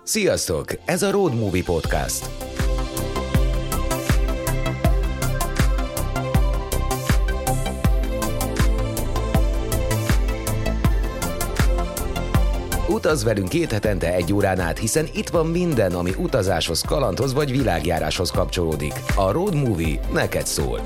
Sziasztok! Ez a Road Movie Podcast. Utazz velünk 2 hetente 1 órán át, hiszen itt van minden, ami utazáshoz, kalandhoz vagy világjáráshoz kapcsolódik. A Road Movie neked szól.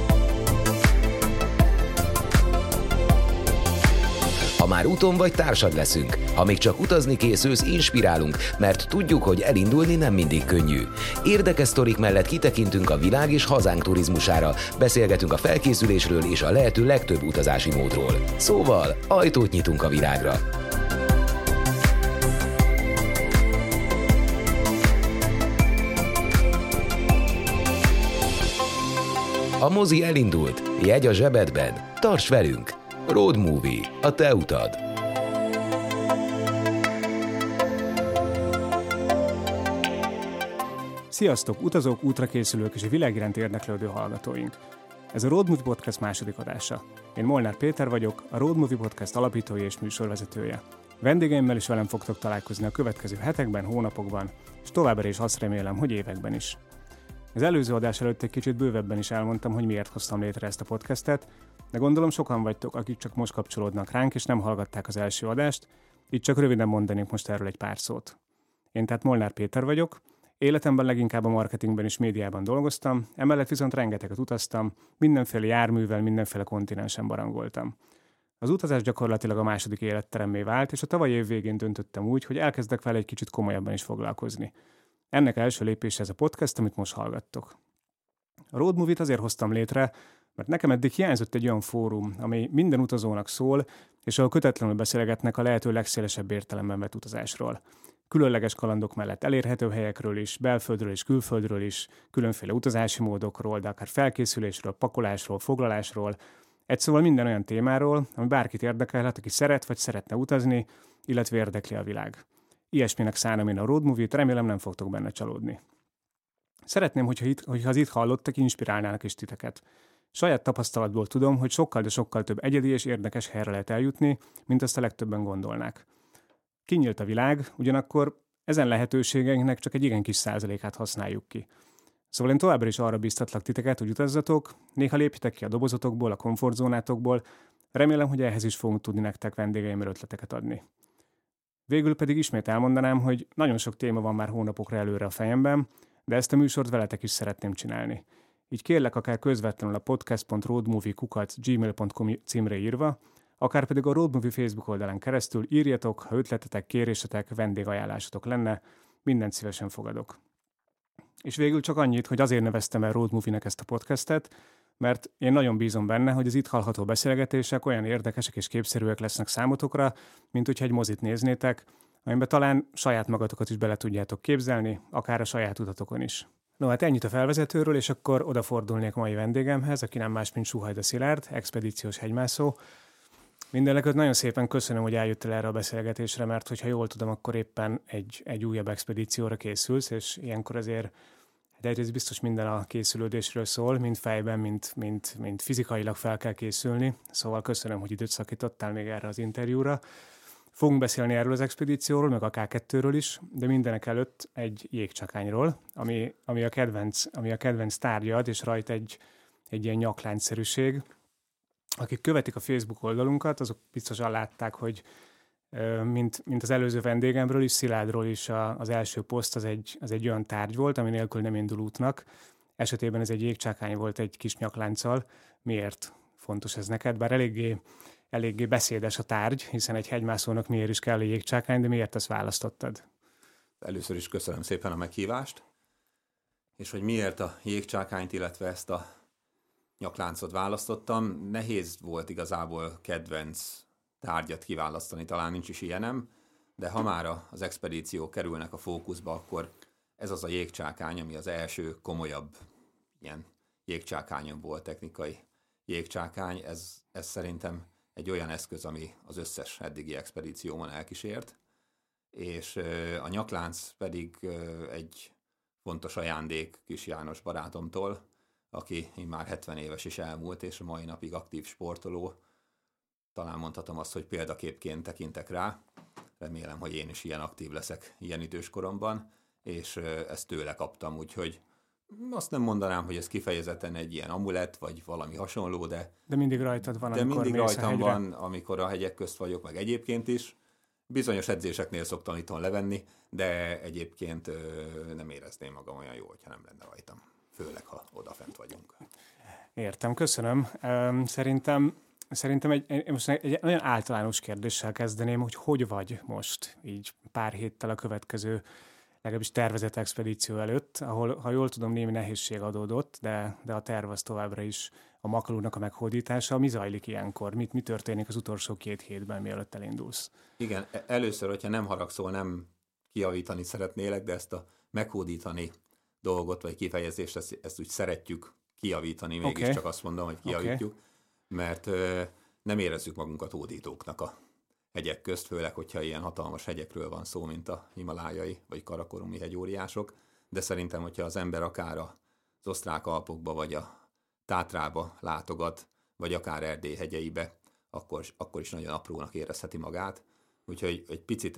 Ha már úton vagy, társad leszünk. Ha még csak utazni készülsz, inspirálunk, mert tudjuk, hogy elindulni nem mindig könnyű. Érdekes sztorik mellett kitekintünk a világ és hazánk turizmusára, beszélgetünk a felkészülésről és a lehető legtöbb utazási módról. Szóval ajtót nyitunk a világra. A mozi elindult, jegy a zsebedben, tarts velünk! Road Movie, a te utad! Sziasztok, utazók, útrakészülők és a világ iránt érdeklődő hallgatóink! Ez a Road Movie Podcast második adása. Én Molnár Péter vagyok, a Road Movie Podcast alapítója és műsorvezetője. Vendégeimmel is velem fogtok találkozni a következő hetekben, hónapokban, és továbbra is azt remélem, hogy években is. Az előző adás előtt egy kicsit bővebben is elmondtam, hogy miért hoztam létre ezt a podcastet, de gondolom sokan vagytok, akik csak most kapcsolódnak ránk, és nem hallgatták az első adást, így csak röviden mondanék most erről egy pár szót. Én tehát Molnár Péter vagyok, életemben leginkább a marketingben és médiában dolgoztam, emellett viszont rengeteget utaztam, mindenféle járművel, mindenféle kontinensen barangoltam. Az utazás gyakorlatilag a második életteremmé vált, és a tavalyi év végén döntöttem úgy, hogy elkezdek vele egy kicsit komolyabban is foglalkozni. Ennek első lépése ez a podcast, amit most hallgattok. A Road Movie-t azért hoztam létre, mert nekem eddig hiányzott egy olyan fórum, amely minden utazónak szól, és ahol kötetlenül beszélgetnek a lehető legszélesebb értelemben vett utazásról. Különleges kalandok mellett elérhető helyekről is, belföldről és külföldről is, különféle utazási módokról, de akár felkészülésről, pakolásról, foglalásról, egy szóval minden olyan témáról, ami bárkit érdekelhet, aki szeret vagy szeretne utazni, illetve érdekli a világ. Ilyesminek szánom én a Road Movie-t, remélem nem fogtok benne csalódni. Szeretném, hogyha az itt hallottak, inspirálnának is titeket. Saját tapasztalatból tudom, hogy sokkal, de sokkal több egyedi és érdekes helyre lehet eljutni, mint azt a legtöbben gondolnák. Kinyílt a világ, ugyanakkor ezen lehetőségeinknek csak egy igen kis százalékát használjuk ki. Szóval én továbbra is arra biztatlak titeket, hogy utazzatok, néha lépjetek ki a dobozotokból, a komfortzónátokból, remélem, hogy ehhez is fogunk tudni nektek vendégeimről ötleteket adni. Végül pedig ismét elmondanám, hogy nagyon sok téma van már hónapokra előre a fejemben, de ezt a műsort veletek is szeretném csinálni. Így kérlek akár közvetlenül a podcast.roadmovie@gmail.com címre írva, akár pedig a Road Movie Facebook oldalán keresztül írjatok, ha ötletetek, kérésetek, vendégajánlásotok lenne, mindent szívesen fogadok. És végül csak annyit, hogy azért neveztem el Road Movie-nek ezt a podcastet, mert én nagyon bízom benne, hogy az itt hallható beszélgetések olyan érdekesek és képszerűek lesznek számotokra, mint hogyha egy mozit néznétek, amiben talán saját magatokat is bele tudjátok képzelni, akár a saját utatokon is. No, hát ennyit a felvezetőről, és akkor odafordulnék mai vendégemhez, aki nem más, mint Suhajda Szilárd, expedíciós hegymászó. Mindenekelőtt nagyon szépen köszönöm, hogy eljöttél erre a beszélgetésre, mert hogyha jól tudom, akkor éppen egy újabb expedícióra készülsz, és ilyenkor azért egyrészt biztos minden a készülődésről szól, mind fejben, mind fizikailag fel kell készülni. Szóval köszönöm, hogy időt szakítottál még erre az interjúra. Fogunk beszélni erről az expedícióról, meg a K2-ről is, de mindenek előtt egy jégcsakányról, ami a kedvenc tárgyad, és rajta egy ilyen nyakláncszerűség. Akik követik a Facebook oldalunkat, azok biztosan látták, hogy mint az előző vendégemről is, Szilárdról is az első poszt az egy olyan tárgy volt, ami nélkül nem indul útnak. Esetében ez egy jégcsákány volt egy kis nyaklánccal. Miért fontos ez neked? Bár eléggé beszédes a tárgy, hiszen egy hegymászónak miért is kell a jégcsákány, de miért ezt választottad? Először is köszönöm szépen a meghívást, és hogy miért a jégcsákányt, illetve ezt a nyakláncot választottam. Nehéz volt igazából kedvenc tárgyat kiválasztani, talán nincs is ilyenem, de ha már az expedíciók kerülnek a fókuszba, akkor ez az a jégcsákány, ami az első komolyabb ilyen jégcsákányom volt, technikai jégcsákány. Ez szerintem egy olyan eszköz, ami az összes eddigi expedíciómon elkísért, és a nyaklánc pedig egy fontos ajándék Kis János barátomtól, aki már 70 éves is elmúlt, és a mai napig aktív sportoló. Talán mondhatom azt, hogy példaképként tekintek rá. remélem, hogy én is ilyen aktív leszek ilyen időskoromban, és ezt tőle kaptam, úgyhogy azt nem mondanám, hogy ez kifejezetten egy ilyen amulett, vagy valami hasonló, de mindig rajtad van, amikor mindig mész rajtam van, amikor a hegyek közt vagyok, meg egyébként is. Bizonyos edzéseknél szoktam itthon levenni, de egyébként nem érezném magam olyan jó, hogyha nem lenne rajtam. Főleg, ha odafent vagyunk. Értem, köszönöm. Szerintem most egy olyan általános kérdéssel kezdeném, hogy vagy most, így pár héttel a következő, legalábbis tervezett expedíció előtt, ahol, ha jól tudom, némi nehézség adódott, de a terv az továbbra is a Makalúnak a meghódítása. Mi zajlik ilyenkor? Mi történik az utolsó 2 hétben, mielőtt elindulsz? Igen, először, hogyha nem haragszol, nem kijavítani szeretnélek, de ezt a meghódítani dolgot, vagy kifejezést, ezt úgy szeretjük kijavítani, mégiscsak azt mondom, hogy kijavítjuk, mert nem érezzük magunkat hódítóknak a hegyek közt, főleg, hogyha ilyen hatalmas hegyekről van szó, mint a himalájai vagy karakorumi hegyóriások, de szerintem, hogyha az ember akár az Osztrák-Alpokba, vagy a Tátrába látogat, vagy akár Erdély hegyeibe, akkor is nagyon aprónak érezheti magát. Úgyhogy egy picit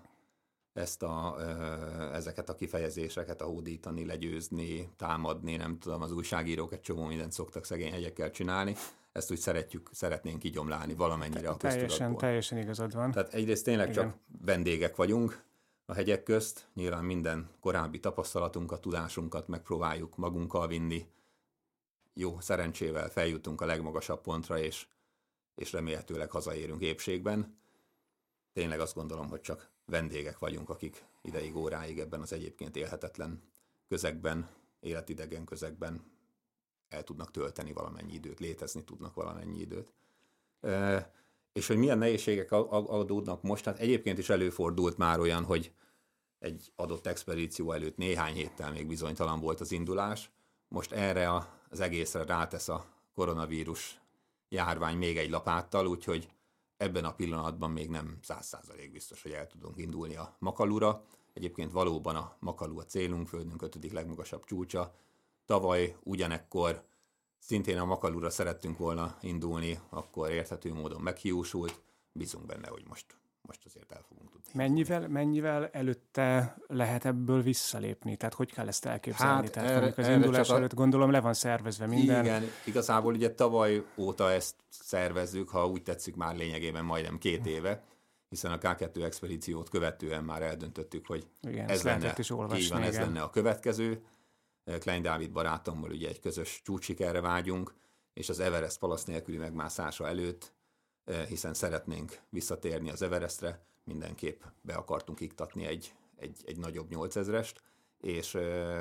ezeket a kifejezéseket, a hódítani, legyőzni, támadni, nem tudom, az újságírók egy csomó mindent szoktak szegény hegyekkel csinálni, ezt úgy szeretnénk kigyomlálni valamennyire a köztudatból. Teljesen igazad van. Tehát egyrészt tényleg csak vendégek vagyunk a hegyek közt, nyilván minden korábbi tapasztalatunkat, tudásunkat megpróbáljuk magunkkal vinni, jó szerencsével feljutunk a legmagasabb pontra, és remélhetőleg hazaérünk épségben. Tényleg azt gondolom, hogy csak vendégek vagyunk, akik ideig, óráig ebben az egyébként élhetetlen közegben, életidegen közegben el tudnak tölteni valamennyi időt, létezni tudnak valamennyi időt. És hogy milyen nehézségek adódnak most, hát egyébként is előfordult már olyan, hogy egy adott expedíció előtt néhány héttel még bizonytalan volt az indulás. Most erre az egészre rátesz a koronavírus járvány még egy lapáttal, úgyhogy ebben a pillanatban még nem 100% biztos, hogy el tudunk indulni a Makalúra. Egyébként valóban a Makalú a célunk, földünk 5. legmagasabb csúcsa. Tavaly ugyanekkor szintén a Makalúra szerettünk volna indulni, akkor érthető módon meghiúsult. Bízunk benne, hogy most azért el fogunk tudni. Mennyivel előtte lehet ebből visszalépni? Tehát hogy kell ezt elképzelni? Hát Tehát az indulás előtt gondolom le van szervezve minden. Igen, igazából ugye tavaly óta ezt szervezzük, ha úgy tetszik már lényegében majdnem 2 éve, hiszen a K2 expedíciót követően már eldöntöttük, hogy igen, ez lenne a következő. Klein Dávid barátommal ugye egy közös csúcssikerre vágyunk, és az Everest palasz nélküli megmászása előtt, hiszen szeretnénk visszatérni az Everestre, mindenképp be akartunk iktatni egy nagyobb 8000-est, és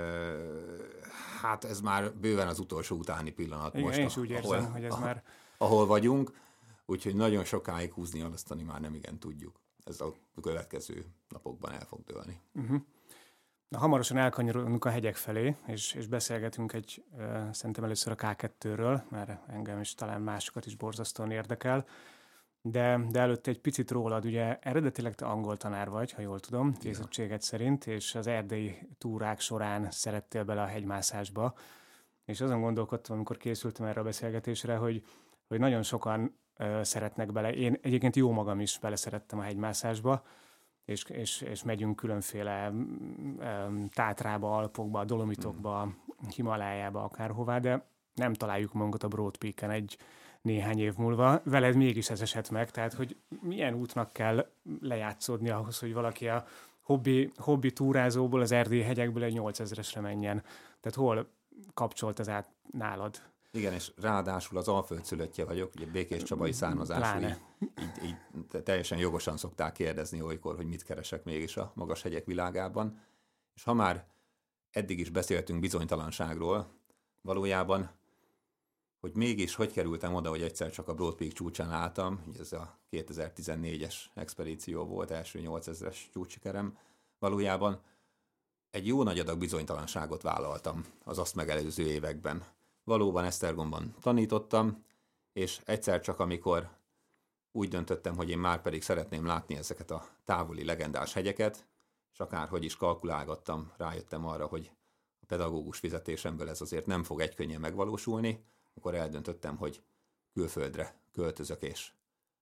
hát ez már bőven az utolsó utáni pillanat. Igen, most, én is úgy érzem, hogy ez már... Ahol vagyunk, úgyhogy nagyon sokáig húzni, alasztani már nem igen tudjuk. Ez a következő napokban el fog dőlni. Na, hamarosan elkanyarodunk a hegyek felé, és beszélgetünk szerintem először a K2-ről, mert engem is talán másokat is borzasztóan érdekel, de előtte egy picit rólad, ugye eredetileg te angol tanár vagy, ha jól tudom, készültséged szerint, és az erdélyi túrák során szerettél bele a hegymászásba, és azon gondolkodtam, amikor készültem erre a beszélgetésre, hogy nagyon sokan szeretnek bele. Én egyébként jó magam is beleszerettem a hegymászásba, és megyünk különféle Tátrába, Alpokba, Dolomitokba, Himalájába, akárhová, de nem találjuk magunkat a Broad Peak-en egy néhány év múlva. Veled mégis ez esett meg, tehát hogy milyen útnak kell lejátszódni ahhoz, hogy valaki a hobbi túrázóból, az erdélyi hegyekből egy 8000-esre menjen. Tehát hol kapcsolt ez át nálad? Igen, és ráadásul az Alföld szülöttje vagyok, ugye Békés Csabai származású, így teljesen jogosan szokták kérdezni olykor, hogy mit keresek mégis a magas hegyek világában. És ha már eddig is beszéltünk bizonytalanságról, valójában, hogy mégis hogy kerültem oda, hogy egyszer csak a Broad Peak csúcsán álltam, ugye ez a 2014-es expedíció volt, első 8000-es csúcssikerem, valójában egy jó nagy adag bizonytalanságot vállaltam az azt megelőző években. Valóban Esztergomban tanítottam, és egyszer csak amikor úgy döntöttem, hogy én már pedig szeretném látni ezeket a távoli legendás hegyeket, és akárhogy is kalkulálgattam, rájöttem arra, hogy a pedagógus fizetésemből ez azért nem fog egykönnyen megvalósulni, akkor eldöntöttem, hogy külföldre költözök, és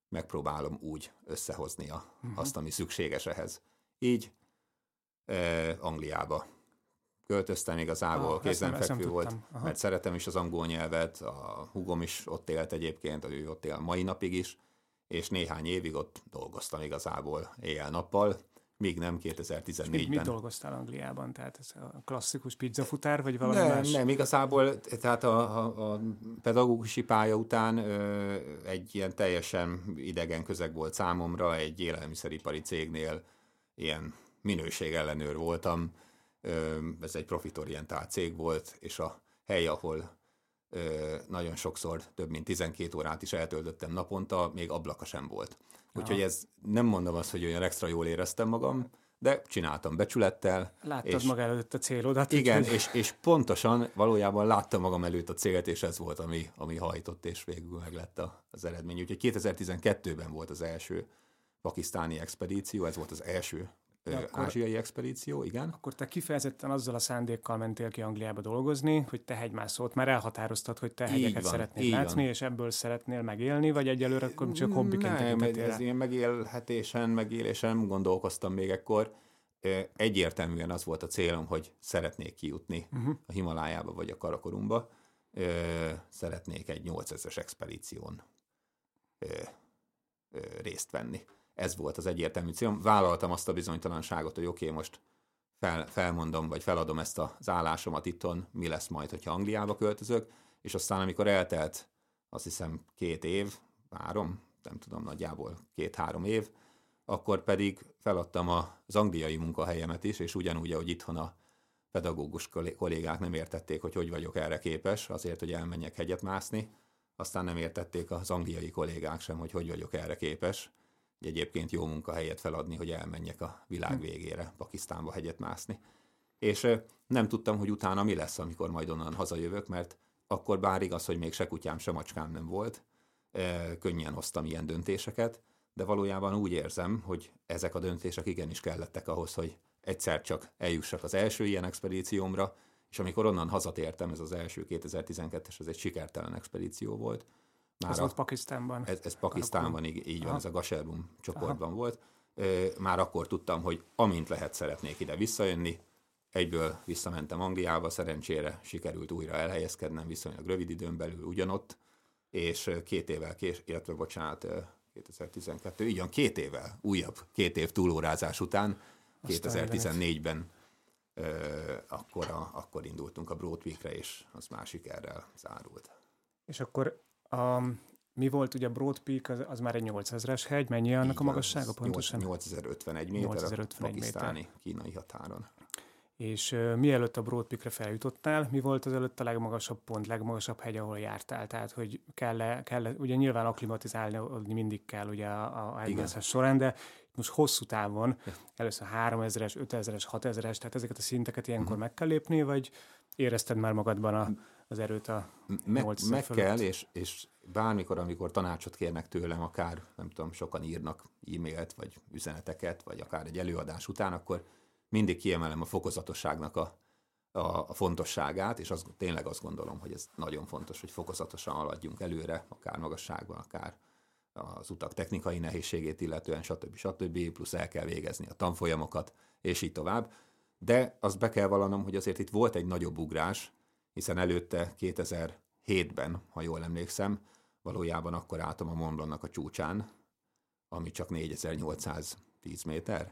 megpróbálom úgy összehozni azt, ami szükséges ehhez. Így Angliába költöztem, igazából kézenfekvő volt, mert szeretem is az angol nyelvet, a húgom is ott élt egyébként, ő ott él mai napig is, és néhány évig ott dolgoztam igazából éjjel-nappal, míg nem 2014-ben. Mit dolgoztál Angliában? Tehát ez a klasszikus pizzafutár, vagy valami más? Nem, igazából, tehát a pedagógusi pálya után egy ilyen teljesen idegen közeg volt számomra, egy élelmiszeripari cégnél ilyen minőségellenőr voltam, ez egy profitorientált cég volt, és a hely, ahol nagyon sokszor több mint 12 órát is eltöltöttem naponta, még ablaka sem volt. Úgyhogy ez nem mondom azt, hogy olyan extra jól éreztem magam, de csináltam becsülettel. Láttad maga előtt a célodat. Igen, és pontosan valójában láttam magam előtt a célt, és ez volt, ami hajtott, és végül meg lett az eredmény. Úgyhogy 2012-ben volt az első pakisztáni expedíció, ez volt az első ázsiai expedíció, igen. Akkor te kifejezetten azzal a szándékkal mentél ki Angliába dolgozni, hogy te hegymászót, már elhatároztad, hogy te hegyeket szeretnél látni, és ebből szeretnél megélni, vagy egyelőre akkor csak hobbiként tekintettél rá? Ez ilyen megélésen gondolkoztam még ekkor. Egyértelműen az volt a célom, hogy szeretnék kijutni a Himalájába vagy a Karakorumba. Szeretnék egy 8000-es expedíción részt venni. Ez volt az egyértelmű célom. Vállaltam azt a bizonytalanságot, hogy oké, most felmondom, vagy feladom ezt az állásomat itthon, mi lesz majd, hogyha Angliába költözök, és aztán amikor eltelt, azt hiszem 2 év, 3, nem tudom, nagyjából 2-3 év, akkor pedig feladtam az angliai munkahelyemet is, és ugyanúgy, ahogy itthon a pedagógus kollégák nem értették, hogy vagyok erre képes, azért, hogy elmenjek hegyet mászni, aztán nem értették az angliai kollégák sem, hogy vagyok erre képes, egyébként jó munkahelyet feladni, hogy elmenjek a világ végére, Pakisztánba hegyet mászni. És nem tudtam, hogy utána mi lesz, amikor majd onnan hazajövök, mert akkor bár igaz, hogy még se kutyám, se macskám nem volt, könnyen hoztam ilyen döntéseket, de valójában úgy érzem, hogy ezek a döntések igenis kellettek ahhoz, hogy egyszer csak eljussak az első ilyen expedíciómra, és amikor onnan hazatértem, ez az első 2012-es, ez egy sikertelen expedíció volt. Ez volt Pakisztánban? Ez Pakisztánban, így van, ez a Gasherbrum csoportban volt. Már akkor tudtam, hogy amint lehet, szeretnék ide visszajönni. Egyből visszamentem Angliába, szerencsére sikerült újra elhelyezkednem viszonylag rövid időn belül ugyanott, és 2 évvel 2012, így van, 2 évvel, újabb 2 év túlórázás után, 2014-ben akkor indultunk a Broad Peakre, és az már sikerrel zárult. És akkor mi volt ugye a Broad Peak, az már egy 8000-es hegy, mennyi annak így a magassága pontosan? 8051 méter a pakisztáni kínai határon. És mielőtt a Broad Peakre feljutottál, mi volt az előtt a legmagasabb pont, legmagasabb hegy, ahol jártál? Tehát, hogy kell ugye nyilván akklimatizálni mindig kell ugye a hegymászás során, de most hosszú távon, először 3000-es, 5000-es, 6000-es, tehát ezeket a szinteket ilyenkor meg kell lépni, vagy érezted már magadban az erőt a 8000 meg kell, és bármikor, amikor tanácsot kérnek tőlem, akár, nem tudom, sokan írnak e-mailt, vagy üzeneteket, vagy akár egy előadás után, akkor mindig kiemelem a fokozatosságnak a fontosságát, és tényleg azt gondolom, hogy ez nagyon fontos, hogy fokozatosan haladjunk előre, akár magasságban, akár az utak technikai nehézségét illetően, stb. Plusz el kell végezni a tanfolyamokat, és így tovább. De azt be kell vallanom, hogy azért itt volt egy nagyobb ugrás, hiszen előtte 2007-ben, ha jól emlékszem, valójában akkor álltam a Mont Blancnak a csúcsán, ami csak 4810 méter,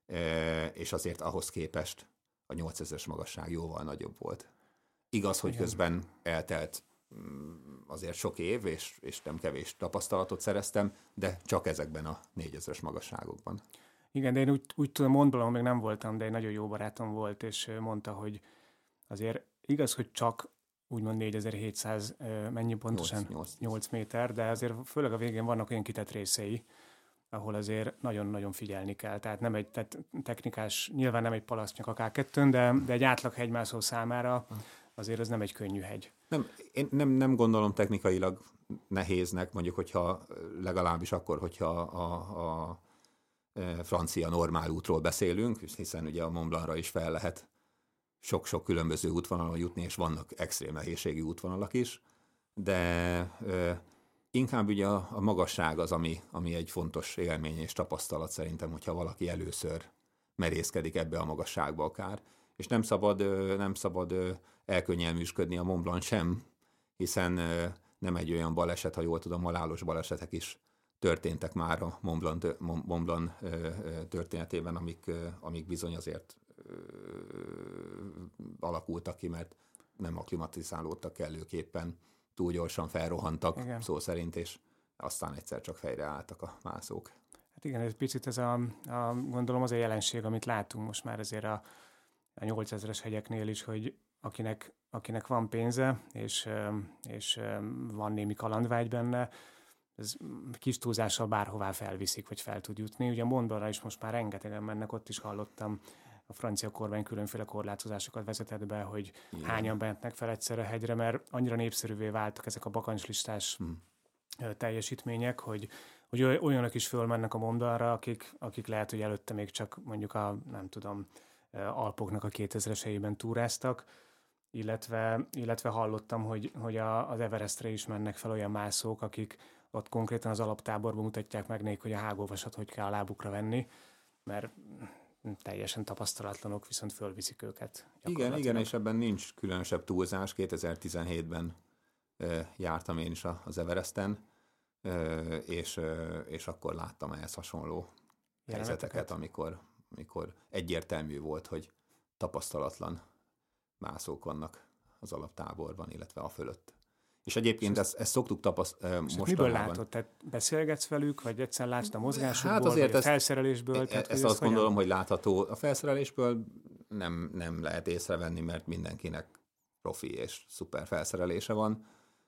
és azért ahhoz képest a 8000-es magasság jóval nagyobb volt. Igaz, hogy közben eltelt azért sok év, és nem kevés tapasztalatot szereztem, de csak ezekben a 4000-es magasságokban. Igen, de én úgy tudom, Mont Blancon még nem voltam, de egy nagyon jó barátom volt, és mondta, hogy azért igaz, hogy csak úgymond 4700, mennyi pontosan? 8 méter, de azért főleg a végén vannak olyan kitett részei, ahol azért nagyon-nagyon figyelni kell. Tehát nem egy technikás, nyilván nem egy palasztnyak a K2-n, de egy átlag hegymászó számára azért ez nem egy könnyű hegy. Én nem gondolom technikailag nehéznek, mondjuk, hogyha legalábbis akkor, hogyha a francia normál útról beszélünk, hiszen ugye a Mont Blancra is fel lehet sok-sok különböző útvonalon jutni, és vannak extrém nehézségi útvonalak is, de Inkább ugye a magasság az, ami egy fontos élmény és tapasztalat szerintem, hogyha valaki először merészkedik ebbe a magasságba akár. És nem szabad elkönnyelműsködni a Mont Blanc sem, hiszen nem egy olyan baleset, ha jól tudom, halálos balesetek is történtek már a Mont Blanc történetében, amik bizony azért alakultak ki, mert nem akklimatizálódtak kellőképpen, túl gyorsan felrohantak, igen, szó szerint, és aztán egyszer csak fejre álltak a mászók. Hát igen, ez picit ez gondolom az a jelenség, amit látunk most már azért a 8000-es hegyeknél is, hogy akinek van pénze, és van némi kalandvágy benne, ez kis túlzással bárhová felviszik, vagy fel tud jutni. Ugye Mont Blancra is most már rengetegen mennek, ott is hallottam, a francia kormány különféle korlátozásokat vezetett be, hogy igen, hányan mentnek fel egyszerre a hegyre, mert annyira népszerűvé váltak ezek a bakancslistás teljesítmények, hogy olyanok is fölmennek a Mont Blancra, akik lehet, hogy előtte még csak mondjuk nem tudom, Alpoknak a 2000-es helyében túráztak, illetve hallottam, hogy az Everestre is mennek fel olyan mászók, akik ott konkrétan az alaptáborban mutatják meg nekik, hogy a hágóvasat hogy kell a lábukra venni, mert teljesen tapasztalatlanok, viszont fölviszik őket. Igen, és ebben nincs különösebb túlzás. 2017-ben jártam én is az Everesten, és akkor láttam ehhez hasonló helyzeteket, amikor egyértelmű volt, hogy tapasztalatlan mászók vannak az alaptáborban, illetve a fölött. És egyébként ezt szoktuk tapasztalni mostanában. Miből látod? Tehát beszélgetsz velük, vagy egyszer látsz a mozgásukból, vagy a felszerelésből? Ezt azt gondolom, hogy látható. A felszerelésből nem lehet észrevenni, mert mindenkinek profi és szuper felszerelése van,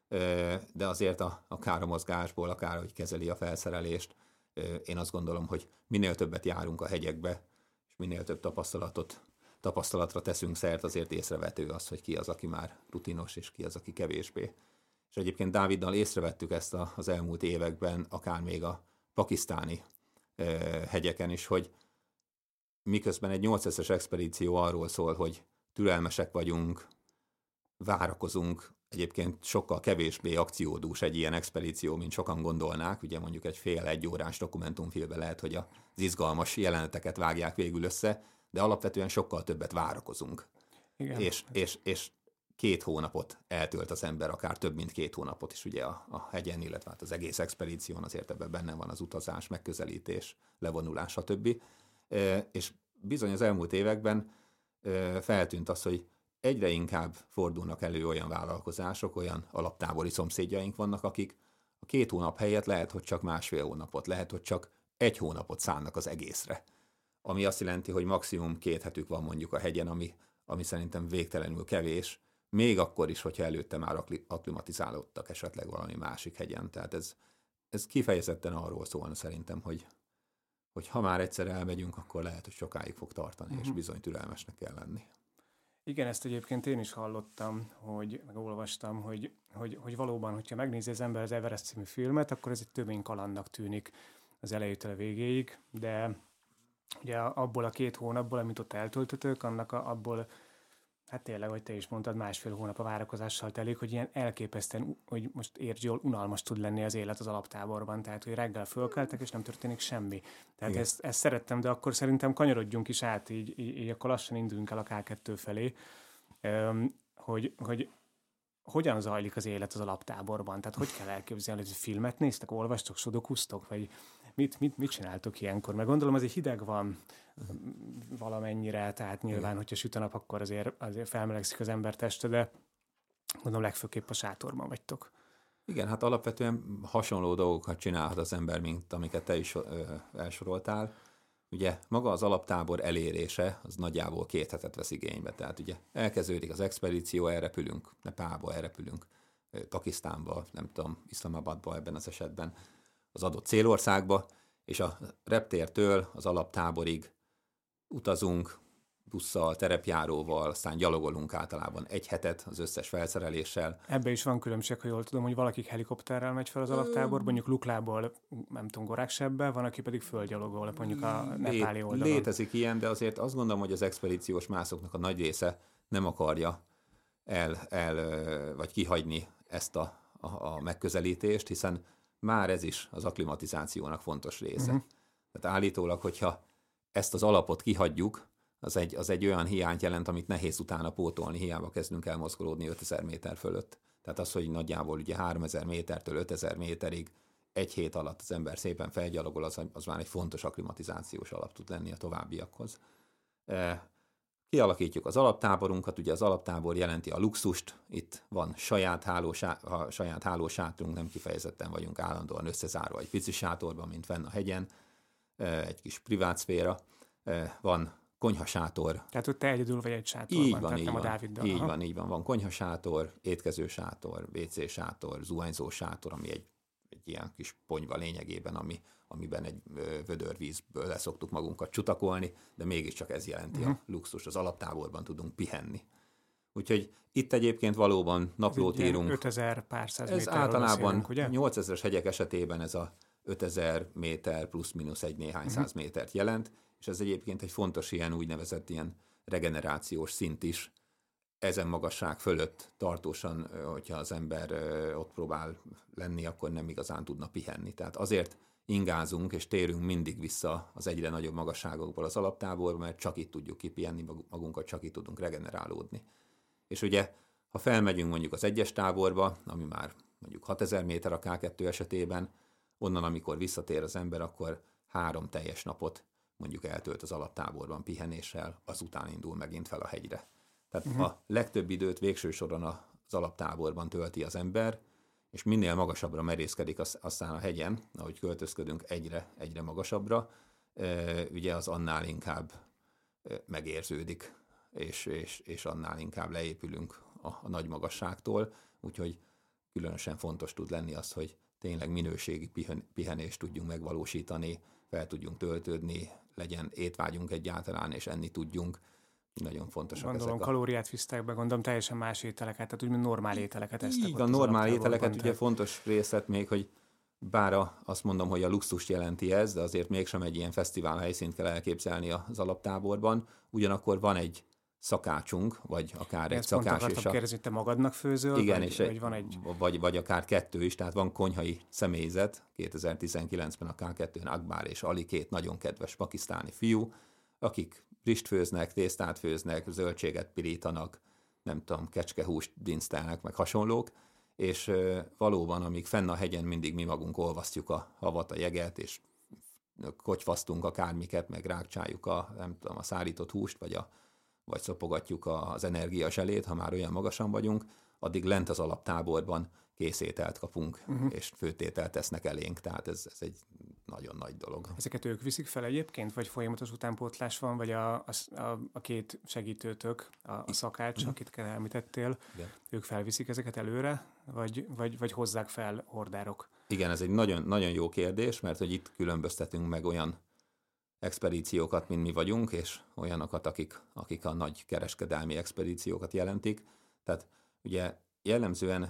de azért akár a mozgásból, akár hogy kezeli a felszerelést, én azt gondolom, hogy minél többet járunk a hegyekbe, és minél több tapasztalatra teszünk szert, azért észrevető az, hogy ki az, aki már rutinos, és ki az, aki kevésbé. És egyébként Dáviddal észrevettük ezt az elmúlt években, akár még a pakisztáni hegyeken is, hogy miközben egy 8000-es expedíció arról szól, hogy türelmesek vagyunk, várakozunk, egyébként sokkal kevésbé akciódús egy ilyen expedíció, mint sokan gondolnák. Ugye mondjuk egy fél-egy órás dokumentumfilmben lehet, hogy az izgalmas jeleneteket vágják végül össze, de alapvetően sokkal többet várakozunk. Igen. És 2 hónapot eltölt az ember, akár több mint 2 hónapot is ugye a hegyen, illetve hát az egész expedíción, azért ebben benne van az utazás, megközelítés, levonulás, stb. És bizony az elmúlt években feltűnt az, hogy egyre inkább fordulnak elő olyan vállalkozások, olyan alaptábori szomszédjaink vannak, akik a 2 hónap helyett lehet, hogy csak 1,5 hónapot, lehet, hogy csak 1 hónapot szánnak az egészre. Ami azt jelenti, hogy maximum 2 hetük van mondjuk a hegyen, ami szerintem végtelenül kevés, még akkor is, hogyha előtte már akklimatizálódtak esetleg valami másik hegyen. Tehát ez kifejezetten arról szólna szerintem, hogy ha már egyszer elmegyünk, akkor lehet, hogy sokáig fog tartani, és bizony türelmesnek kell lenni. Igen, ezt egyébként én is hallottam, meg olvastam, hogy valóban, hogyha megnézi az ember az Everest című filmet, akkor ez egy töménykalandnak tűnik az elejétől a végéig, de ugye abból a 2 hónapból, amit ott eltöltötök, abból, hát tényleg, hogy te is mondtad, 1,5 hónap a várakozással telik, hogy ilyen elképesztően, hogy most értsd jól, unalmas tud lenni az élet az alaptáborban, tehát hogy reggel fölkeltek, és nem történik semmi. Tehát ezt szerettem, de akkor szerintem kanyarodjunk is át, így akkor lassan induljunk el a K2 felé, hogy hogyan zajlik az élet az alaptáborban, tehát hogy kell elképzelni, hogy filmet néztek, olvastok, sudokusztok, vagy mit csináltok ilyenkor? Mert gondolom azért hideg van valamennyire, tehát nyilván, hogyha süt a nap, akkor azért felmelegszik az ember teste, de gondolom legfőképp a sátorban vagytok. Igen, hát alapvetően hasonló dolgokat csinálhat az ember, mint amiket te is elsoroltál. Ugye maga az alaptábor elérése, az nagyjából 2 hetet vesz igénybe. Tehát ugye elkezdődik az expedíció, elrepülünk Nepálba, elrepülünk Pakisztánba, nem tudom, Iszlamabadba ebben az esetben, az adott célországba, és a reptértől az alaptáborig utazunk busszal, terepjáróval, aztán gyalogolunk általában 1 hetet az összes felszereléssel. Ebbe is van különbség, ha jól tudom, hogy valaki helikopterrel megy fel az alaptáborba, mondjuk Luklából, nem tudom, Goraksebbe, van, aki pedig földgyalogol, mondjuk a nepáli oldalon. Létezik ilyen, de azért azt gondolom, hogy az expedíciós mászoknak a nagy része nem akarja vagy kihagyni ezt a megközelítést, hiszen már ez is az akklimatizációnak fontos része. Tehát állítólag, hogyha ezt az alapot kihagyjuk, az egy olyan hiányt jelent, amit nehéz utána pótolni, hiába kezdünk el mozgolódni 5000 méter fölött. Tehát az, hogy nagyjából ugye 3000 métertől 5000 méterig egy hét alatt az ember szépen felgyalogol, az már egy fontos akklimatizációs alap tud lenni a továbbiakhoz. Kialakítjuk az alaptáborunkat, ugye az alaptábor jelenti a luxust, itt van saját hálósátrunk, nem kifejezetten vagyunk állandóan összezárva egy pici sátorban, mint fenn a hegyen, egy kis privát szféra, van konyhasátor. Tehát ott te egyedül vagy egy sátorban, így van, tehát így nem van, a Dáviddal. így van, van konyhasátor, étkezősátor, WC-sátor, zuhanyzósátor, ami egy ilyen kis ponyva lényegében, amiben egy vödörvízből leszoktuk magunkat csutakolni, de mégiscsak ez jelenti a luxus. Az alaptáborban tudunk pihenni. Úgyhogy itt egyébként valóban naplót írunk. 5000 pár száz ez méterről általában beszélünk, 8000-es hegyek esetében ez a 5000 méter plusz-minusz egy néhány száz métert jelent, és ez egyébként egy fontos ilyen úgynevezett ilyen regenerációs szint is. Ezen magasság fölött tartósan, hogyha az ember ott próbál lenni, akkor nem igazán tudna pihenni. Tehát azért ingázunk és térünk mindig vissza az egyre nagyobb magasságokból az alaptáborba, mert csak itt tudjuk kipihenni magunkat, csak itt tudunk regenerálódni. És ugye, ha felmegyünk mondjuk az egyes táborba, ami már mondjuk 6000 méter a K2 esetében, onnan, amikor visszatér az ember, akkor 3 teljes napot mondjuk eltölt az alaptáborban pihenéssel, azután indul megint fel a hegyre. Tehát a legtöbb időt végső soron az alaptáborban tölti az ember, és minél magasabbra merészkedik aztán a hegyen, ahogy költözködünk egyre magasabbra, ugye az annál inkább megérződik, és annál inkább leépülünk a nagy magasságtól, úgyhogy különösen fontos tud lenni az, hogy tényleg minőségi pihenést tudjunk megvalósítani, fel tudjunk töltődni, legyen étvágyunk egyáltalán, és enni tudjunk. Nagyon fontosak gondolom, ezek kalóriát visztek be, gondolom teljesen más ételeket, tehát úgymond normál ételeket esztek. Így van, normál ételeket, ugye fontos részlet még, hogy bár azt mondom, hogy a luxust jelenti ez, de azért mégsem egy ilyen fesztivál helyszínt kell elképzelni az alaptáborban, ugyanakkor van egy szakácsunk, vagy akár egy szakás és kérdezni, te magadnak főzöl, igen, vagy van egy... vagy akár 2 is, tehát van konyhai személyzet, 2019-ben a K2-n Akbar és Ali, 2 nagyon kedves pakisztáni fiú, akik rist főznek, tésztát főznek, zöldséget pirítanak, nem tudom, kecskehúst dinsztelnek, meg hasonlók, és valóban, amíg fenn a hegyen mindig mi magunk olvasztjuk a havat, a jeget, és kotyfasztunk akármiket, meg rákcsáljuk a szárított húst, vagy szopogatjuk az energiazselét, ha már olyan magasan vagyunk, addig lent az alaptáborban készételt kapunk, és főtételt tesznek elénk, tehát ez egy nagyon nagy dolog. Ezeket ők viszik fel egyébként, vagy folyamatos utánpótlás van, vagy a 2 segítőtök, a szakács, akit említettél, igen. Ők felviszik ezeket előre, vagy hozzák fel hordárok? Igen, ez egy nagyon, nagyon jó kérdés, mert hogy itt különböztetünk meg olyan expedíciókat, mint mi vagyunk, és olyanokat, akik a nagy kereskedelmi expedíciókat jelentik. Tehát ugye jellemzően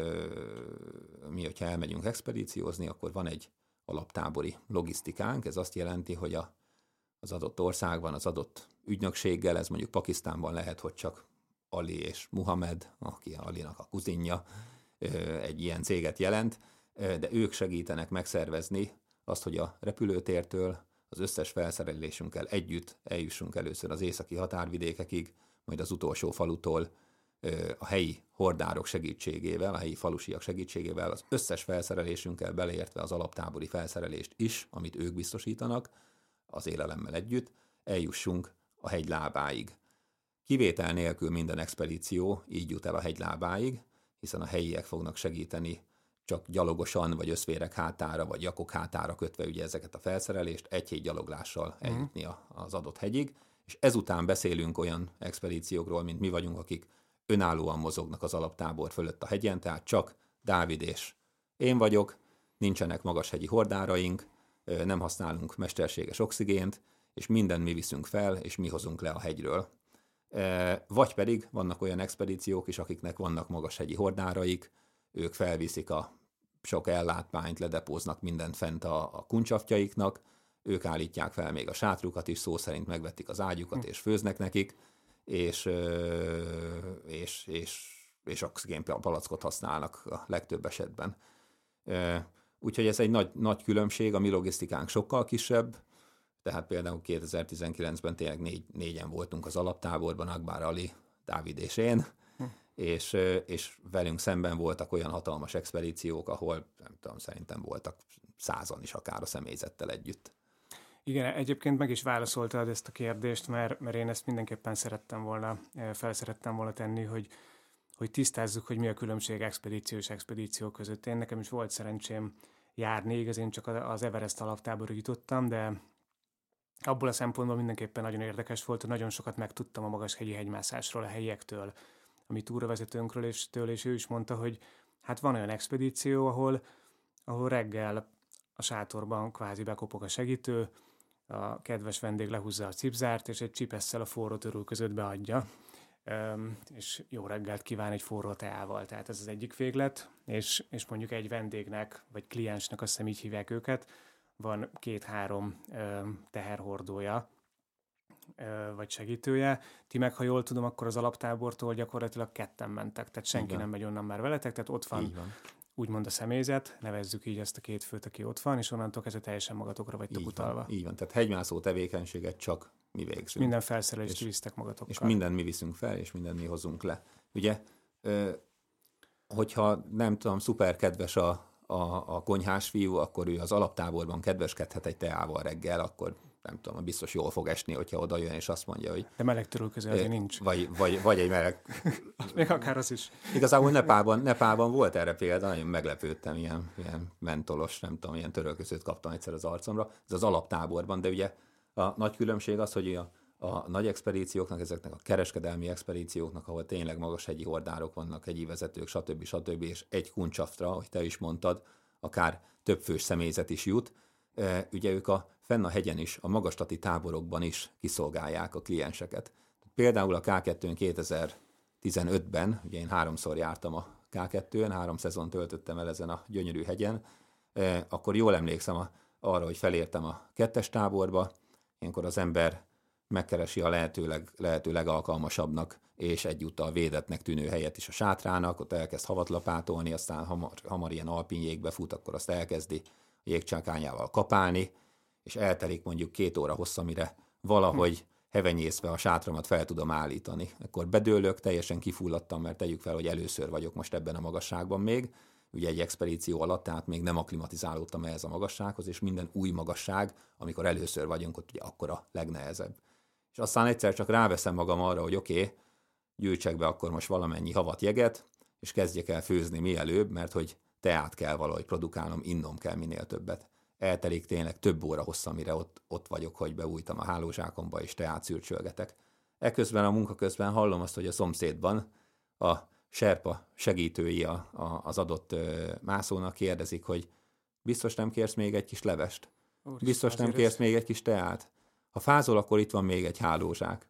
mi, hogyha elmegyünk expedíciózni, akkor van egy alaptábori logisztikánk, ez azt jelenti, hogy az adott országban, az adott ügynökséggel, ez mondjuk Pakisztánban lehet, hogy csak Ali és Muhammad, aki Alinak a kuzinja, egy ilyen céget jelent, de ők segítenek megszervezni azt, hogy a repülőtértől az összes felszerelésünkkel együtt eljussunk először az északi határvidékekig, majd az utolsó falutól a helyi hordárok segítségével, a helyi falusiak segítségével az összes felszerelésünkkel beleértve az alaptábori felszerelést is, amit ők biztosítanak, az élelemmel együtt, eljussunk a hegy lábáig. Kivétel nélkül minden expedíció így jut el a hegy lábáig, hiszen a helyiek fognak segíteni csak gyalogosan, vagy összvérek hátára, vagy jakok hátára kötve ugye ezeket a felszerelést, egy hét gyaloglással eljutni az adott hegyig, és ezután beszélünk olyan expedíciókról, mint mi vagyunk, akik önállóan mozognak az alaptábor fölött a hegyen, tehát csak Dávid és én vagyok, nincsenek magashegyi hordáraink, nem használunk mesterséges oxigént, és mindent mi viszünk fel, és mi hozunk le a hegyről. Vagy pedig vannak olyan expedíciók is, akiknek vannak magashegyi hordáraik, ők felviszik a sok ellátmányt, ledepóznak mindent fent a kuncsaftjaiknak, ők állítják fel még a sátrukat is, szó szerint megvetik az ágyukat, és főznek nekik, és oxigénpalackot használnak a legtöbb esetben. Úgyhogy ez egy nagy különbség, a mi logisztikánk sokkal kisebb, tehát például 2019-ben tényleg négyen voltunk az alaptáborban, Akbar Ali, Dávid és én, és velünk szemben voltak olyan hatalmas expedíciók, ahol nem tudom, szerintem voltak 100-an is akár a személyzettel együtt. Igen, egyébként meg is válaszoltad ezt a kérdést, mert én ezt mindenképpen szerettem volna tenni, hogy tisztázzuk, hogy mi a különbség expedíció és expedíció között. Nekem is volt szerencsém járni, igaz, én csak az Everest alaptáborig jutottam, de abból a szempontból mindenképpen nagyon érdekes volt, hogy nagyon sokat megtudtam a magashegyi hegymászásról, a helyiektől, a mi túravezetőnkről, és ő is mondta, hogy hát van olyan expedíció, ahol reggel a sátorban kvázi bekopog a segítő, a kedves vendég lehúzza a cipzárt, és egy csipesszel a forró törül között beadja, és jó reggelt kíván egy forró teával. Tehát ez az egyik véglet, és mondjuk egy vendégnek, vagy kliensnek, azt hiszem így hívják őket, van 2-3 teherhordója, vagy segítője. Ti meg, ha jól tudom, akkor az alaptábortól gyakorlatilag ketten mentek, tehát senki nem megy onnan már veletek, tehát ott van úgymond a személyzet, nevezzük így ezt a 2 főt, aki ott van, és onnantól kezdve teljesen magatokra vagytok utalva. Így van, tehát hegymászó tevékenységet csak mi végzünk. Minden felszerelést visztek magatokkal. És mindent mi viszünk fel, és mindent mi hozunk le. Ugye, hogyha nem tudom, szuper kedves a konyhás fiú, akkor ő az alaptáborban kedveskedhet egy teával reggel, akkor nem tudom, biztos jól fog esni, hogyha oda jön, és azt mondja, hogy... De meleg törülköző nincs. Vagy egy meleg... Még akár az is. Igazából Nepálban volt erre példa, nagyon meglepődtem, ilyen mentolos, nem tudom, ilyen törölközőt kaptam egyszer az arcomra. Ez az alaptáborban, de ugye a nagy különbség az, hogy a nagy expedícióknak, ezeknek a kereskedelmi expedícióknak, ahol tényleg magashegyi hordárok vannak, hegyi vezetők, stb. És egy kuncsaftra, ahogy te is mondtad, akár több fős személyzet is jut, ugye ők fenn a hegyen is, a magastati táborokban is kiszolgálják a klienseket. Például a K2-n 2015-ben, ugye én 3-szor jártam a K2-n, 3 szezon töltöttem el ezen a gyönyörű hegyen, akkor jól emlékszem arra, hogy felértem a 2-es táborba, ilyenkor az ember megkeresi a lehető legalkalmasabbnak és egyúttal védettnek tűnő helyet is a sátrának, ott elkezd havat lapátolni, aztán hamar ilyen alpin jégbe fut, akkor azt elkezdi a jégcsákányával kapálni, és eltelik mondjuk 2 óra hossza, mire valahogy hevenyészve a sátramat fel tudom állítani. Akkor bedőlök, teljesen kifulladtam, mert tegyük fel, hogy először vagyok most ebben a magasságban még, ugye egy expedíció alatt, tehát még nem akklimatizálódtam ehhez a magassághoz, és minden új magasság, amikor először vagyunk, ott ugye akkor a legnehezebb. És aztán egyszer csak ráveszem magam arra, hogy oké, gyűjtsek be akkor most valamennyi havat, jeget, és kezdjek el főzni mielőbb, mert hogy teát kell valahogy produkálnom, innom kell minél többet. Eltelik tényleg több óra hossza, mire ott vagyok, hogy beújtam a hálózsákomba, és teát szürcsölgetek. Eközben a munka közben hallom azt, hogy a szomszédban a serpa segítői az adott mászónak kérdezik, hogy biztos nem kérsz még egy kis levest? Biztos nem kérsz még egy kis teát? Ha fázol, akkor itt van még egy hálózsák.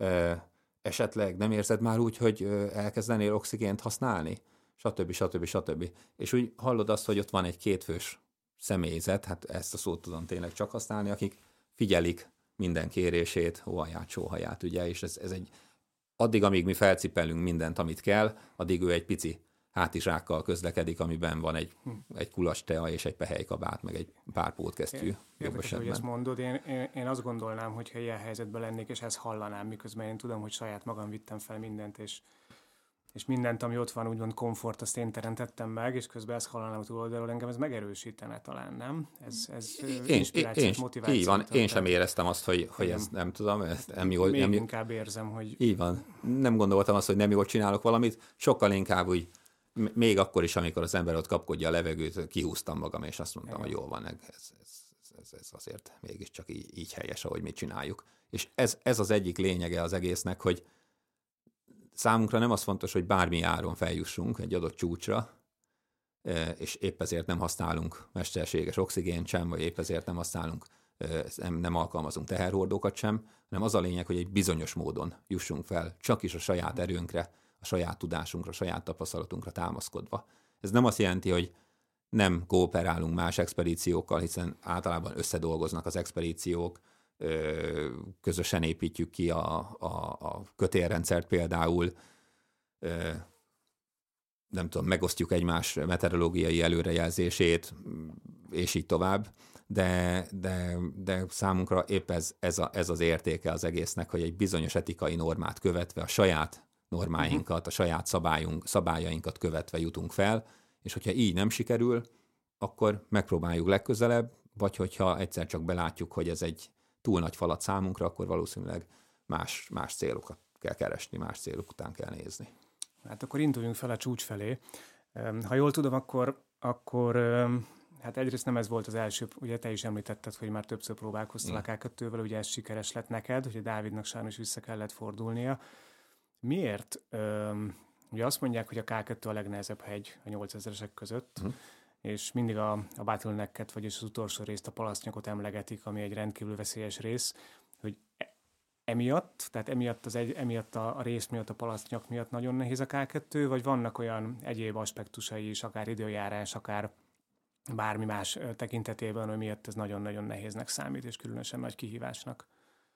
Esetleg nem érzed már úgy, hogy elkezdenél oxigént használni? Stb. És úgy hallod azt, hogy ott van egy 2 fős személyzet, hát ezt a szót tudom tényleg csak használni, akik figyelik minden kérését, hóhaját, sóhaját, ugye, és ez egy, addig, amíg mi felcipelünk mindent, amit kell, addig ő egy pici hátizsákkal közlekedik, amiben van egy kulas tea és egy pehelykabát, meg egy pár pótkesztyű. Érdekes, hogy ezt mondod. Én azt gondolnám, hogy ha ilyen helyzetben lennék, és ezt hallanám, miközben én tudom, hogy saját magam vittem fel mindent, és mindent, ami ott van, úgymond komfort, azt én teremtettem meg, és közben ezt hallanám a túloldalról, engem ez megerősítene talán, nem? Ez inspirációs motiváció. Így van, én sem éreztem azt, hogy ez nem tudom. Még inkább érzem, hogy... Így van. Nem gondoltam azt, hogy nem jól csinálok valamit, sokkal inkább úgy, még akkor is, amikor az ember ott kapkodja a levegőt, kihúztam magam, és azt mondtam, hogy jól van, ez azért mégiscsak így helyes, ahogy mi csináljuk. És ez az egyik lényege az egésznek, hogy számunkra nem az fontos, hogy bármi áron feljussunk egy adott csúcsra, és épp ezért nem használunk mesterséges oxigént sem, vagy épp ezért nem használunk, nem alkalmazunk teherhordókat sem, hanem az a lényeg, hogy egy bizonyos módon jussunk fel, csak is a saját erőnkre, a saját tudásunkra, a saját tapasztalatunkra támaszkodva. Ez nem azt jelenti, hogy nem kooperálunk más expedíciókkal, hiszen általában összedolgoznak az expedíciók, közösen építjük ki a kötélrendszert például, nem tudom, megosztjuk egymás meteorológiai előrejelzését, és így tovább, de számunkra épp ez az értéke az egésznek, hogy egy bizonyos etikai normát követve, a saját normáinkat, a saját szabályainkat követve jutunk fel, és hogyha így nem sikerül, akkor megpróbáljuk legközelebb, vagy hogyha egyszer csak belátjuk, hogy ez egy túl nagy falat számunkra, akkor valószínűleg más célokat kell keresni, más célok után kell nézni. Hát akkor induljunk fel a csúcs felé. Ha jól tudom, akkor hát egyrészt nem ez volt az első, ugye te is említetted, hogy már többször próbálkoztál a K2-vel, ugye ez sikeres lett neked, ugye Dávidnak sajnos vissza kellett fordulnia. Miért? Ugye azt mondják, hogy a K2 a legnehezebb hegy a 8000-esek között, és mindig a bottlenecket, vagyis az utolsó részt, a palasztnyakot emlegetik, ami egy rendkívül veszélyes rész, hogy emiatt a rész miatt, a palasztnyak miatt nagyon nehéz a K2, vagy vannak olyan egyéb aspektusai is, akár időjárás, akár bármi más tekintetében, hogy miatt ez nagyon-nagyon nehéznek számít, és különösen nagy kihívásnak?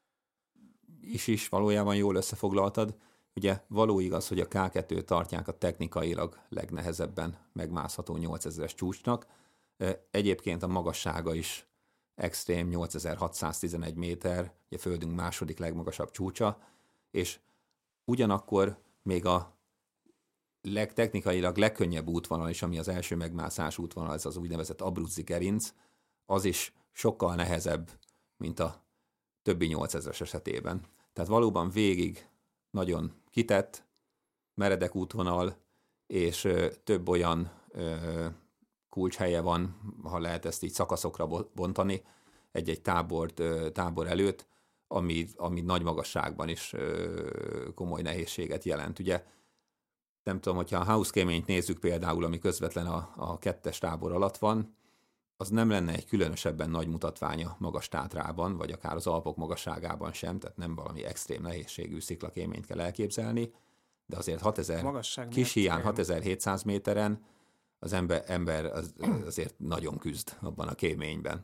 Is valójában jól összefoglaltad. Ugye való igaz, hogy a K2 tartják a technikailag legnehezebben megmászható 8000-es csúcsnak. Egyébként a magassága is extrém, 8611 méter, ugye Földünk második legmagasabb csúcsa, és ugyanakkor még a technikailag legkönnyebb útvonal is, ami az első megmászás útvonal, ez az úgynevezett Abruzzi gerinc, az is sokkal nehezebb, mint a többi 8000-es esetében. Tehát valóban végig nagyon kitett, meredek útvonal, és több olyan kulcshelye van, ha lehet ezt így szakaszokra bontani, egy-egy tábor előtt, ami nagy magasságban is komoly nehézséget jelent. Ugye nem tudom, hogyha a house kéményt nézzük például, ami közvetlen a 2-es tábor alatt van, az nem lenne egy különösebben nagy mutatványa Magas Tátrában, vagy akár az Alpok magasságában sem, tehát nem valami extrém nehézségű sziklakéményt kell elképzelni, de azért 6000 kis hiány 6700 méteren az ember azért nagyon küzd abban a kéményben.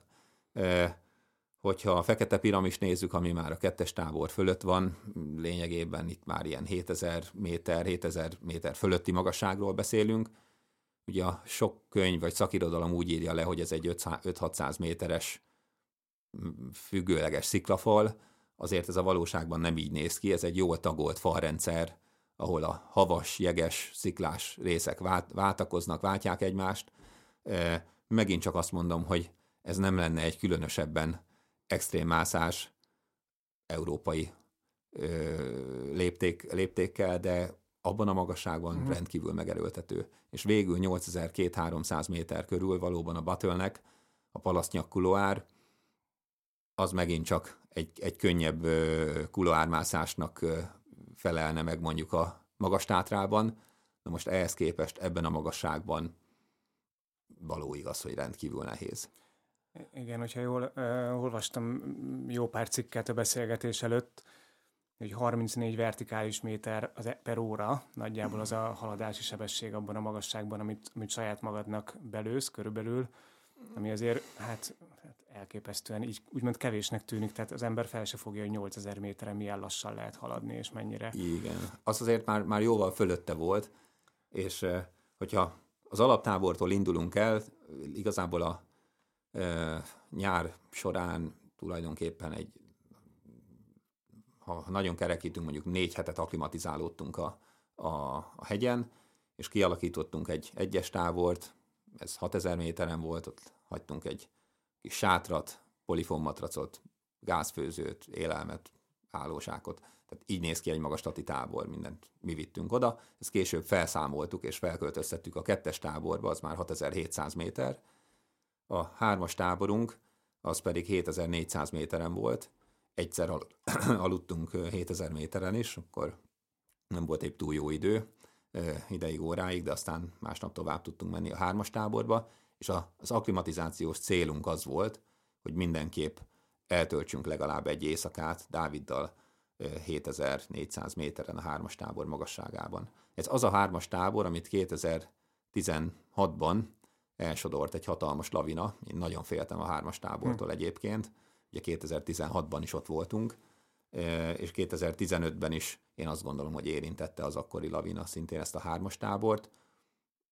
Hogyha a Fekete Piramis nézzük, ami már a 2-es tábor fölött van, lényegében itt már ilyen 7000 méter fölötti magasságról beszélünk. Ugye a sok könyv vagy szakirodalom úgy írja le, hogy ez egy 5-600 méteres függőleges sziklafal, azért ez a valóságban nem így néz ki, ez egy jól tagolt falrendszer, ahol a havas, jeges, sziklás részek váltják egymást. Megint csak azt mondom, hogy ez nem lenne egy különösebben extrém mászás európai léptékkel, de abban a magasságban rendkívül megerőltető. És végül 8200-300 méter körül valóban a bottleneck, a palasztnyak kuloár, az megint csak egy könnyebb kuloármászásnak felelne meg mondjuk a Magas Tátrában. Na most ehhez képest ebben a magasságban való igaz, hogy rendkívül nehéz. Igen, hogyha jól olvastam jó pár cikket a beszélgetés előtt, hogy 34 vertikális méter per óra, nagyjából az a haladási sebesség abban a magasságban, amit saját magadnak belősz körülbelül, ami azért hát elképesztően így úgymond kevésnek tűnik, tehát az ember fel se fogja, hogy 8000 méteren milyen lassan lehet haladni, és mennyire. Igen, az azért már jóval fölötte volt, és hogyha az alaptábortól indulunk el, igazából a nyár során tulajdonképpen ha nagyon kerekítünk, mondjuk 4 hetet akklimatizálódtunk a hegyen, és kialakítottunk egy egyes tábort, ez 6000 méteren volt, ott hagytunk egy kis sátrat, polifonmatracot, gázfőzőt, élelmet, állóságot. Tehát így néz ki egy magastati tábor, mindent mi vittünk oda. Ezt később felszámoltuk és felköltöztettük a 2-es táborba, az már 6700 méter. A 3-as táborunk, az pedig 7400 méteren volt. Egyszer aludtunk 7000 méteren is, akkor nem volt épp túl jó idő, ideig, óráig, de aztán másnap tovább tudtunk menni a 3-as táborba, és az akklimatizációs célunk az volt, hogy mindenképp eltöltsünk legalább egy éjszakát Dáviddal 7400 méteren a 3-as tábor magasságában. Ez az a 3-as tábor, amit 2016-ban elsodort egy hatalmas lavina. Én nagyon féltem a 3-as tábortól egyébként. Ugye 2016-ban is ott voltunk, és 2015-ben is én azt gondolom, hogy érintette az akkori lavina szintén ezt a 3-as tábort.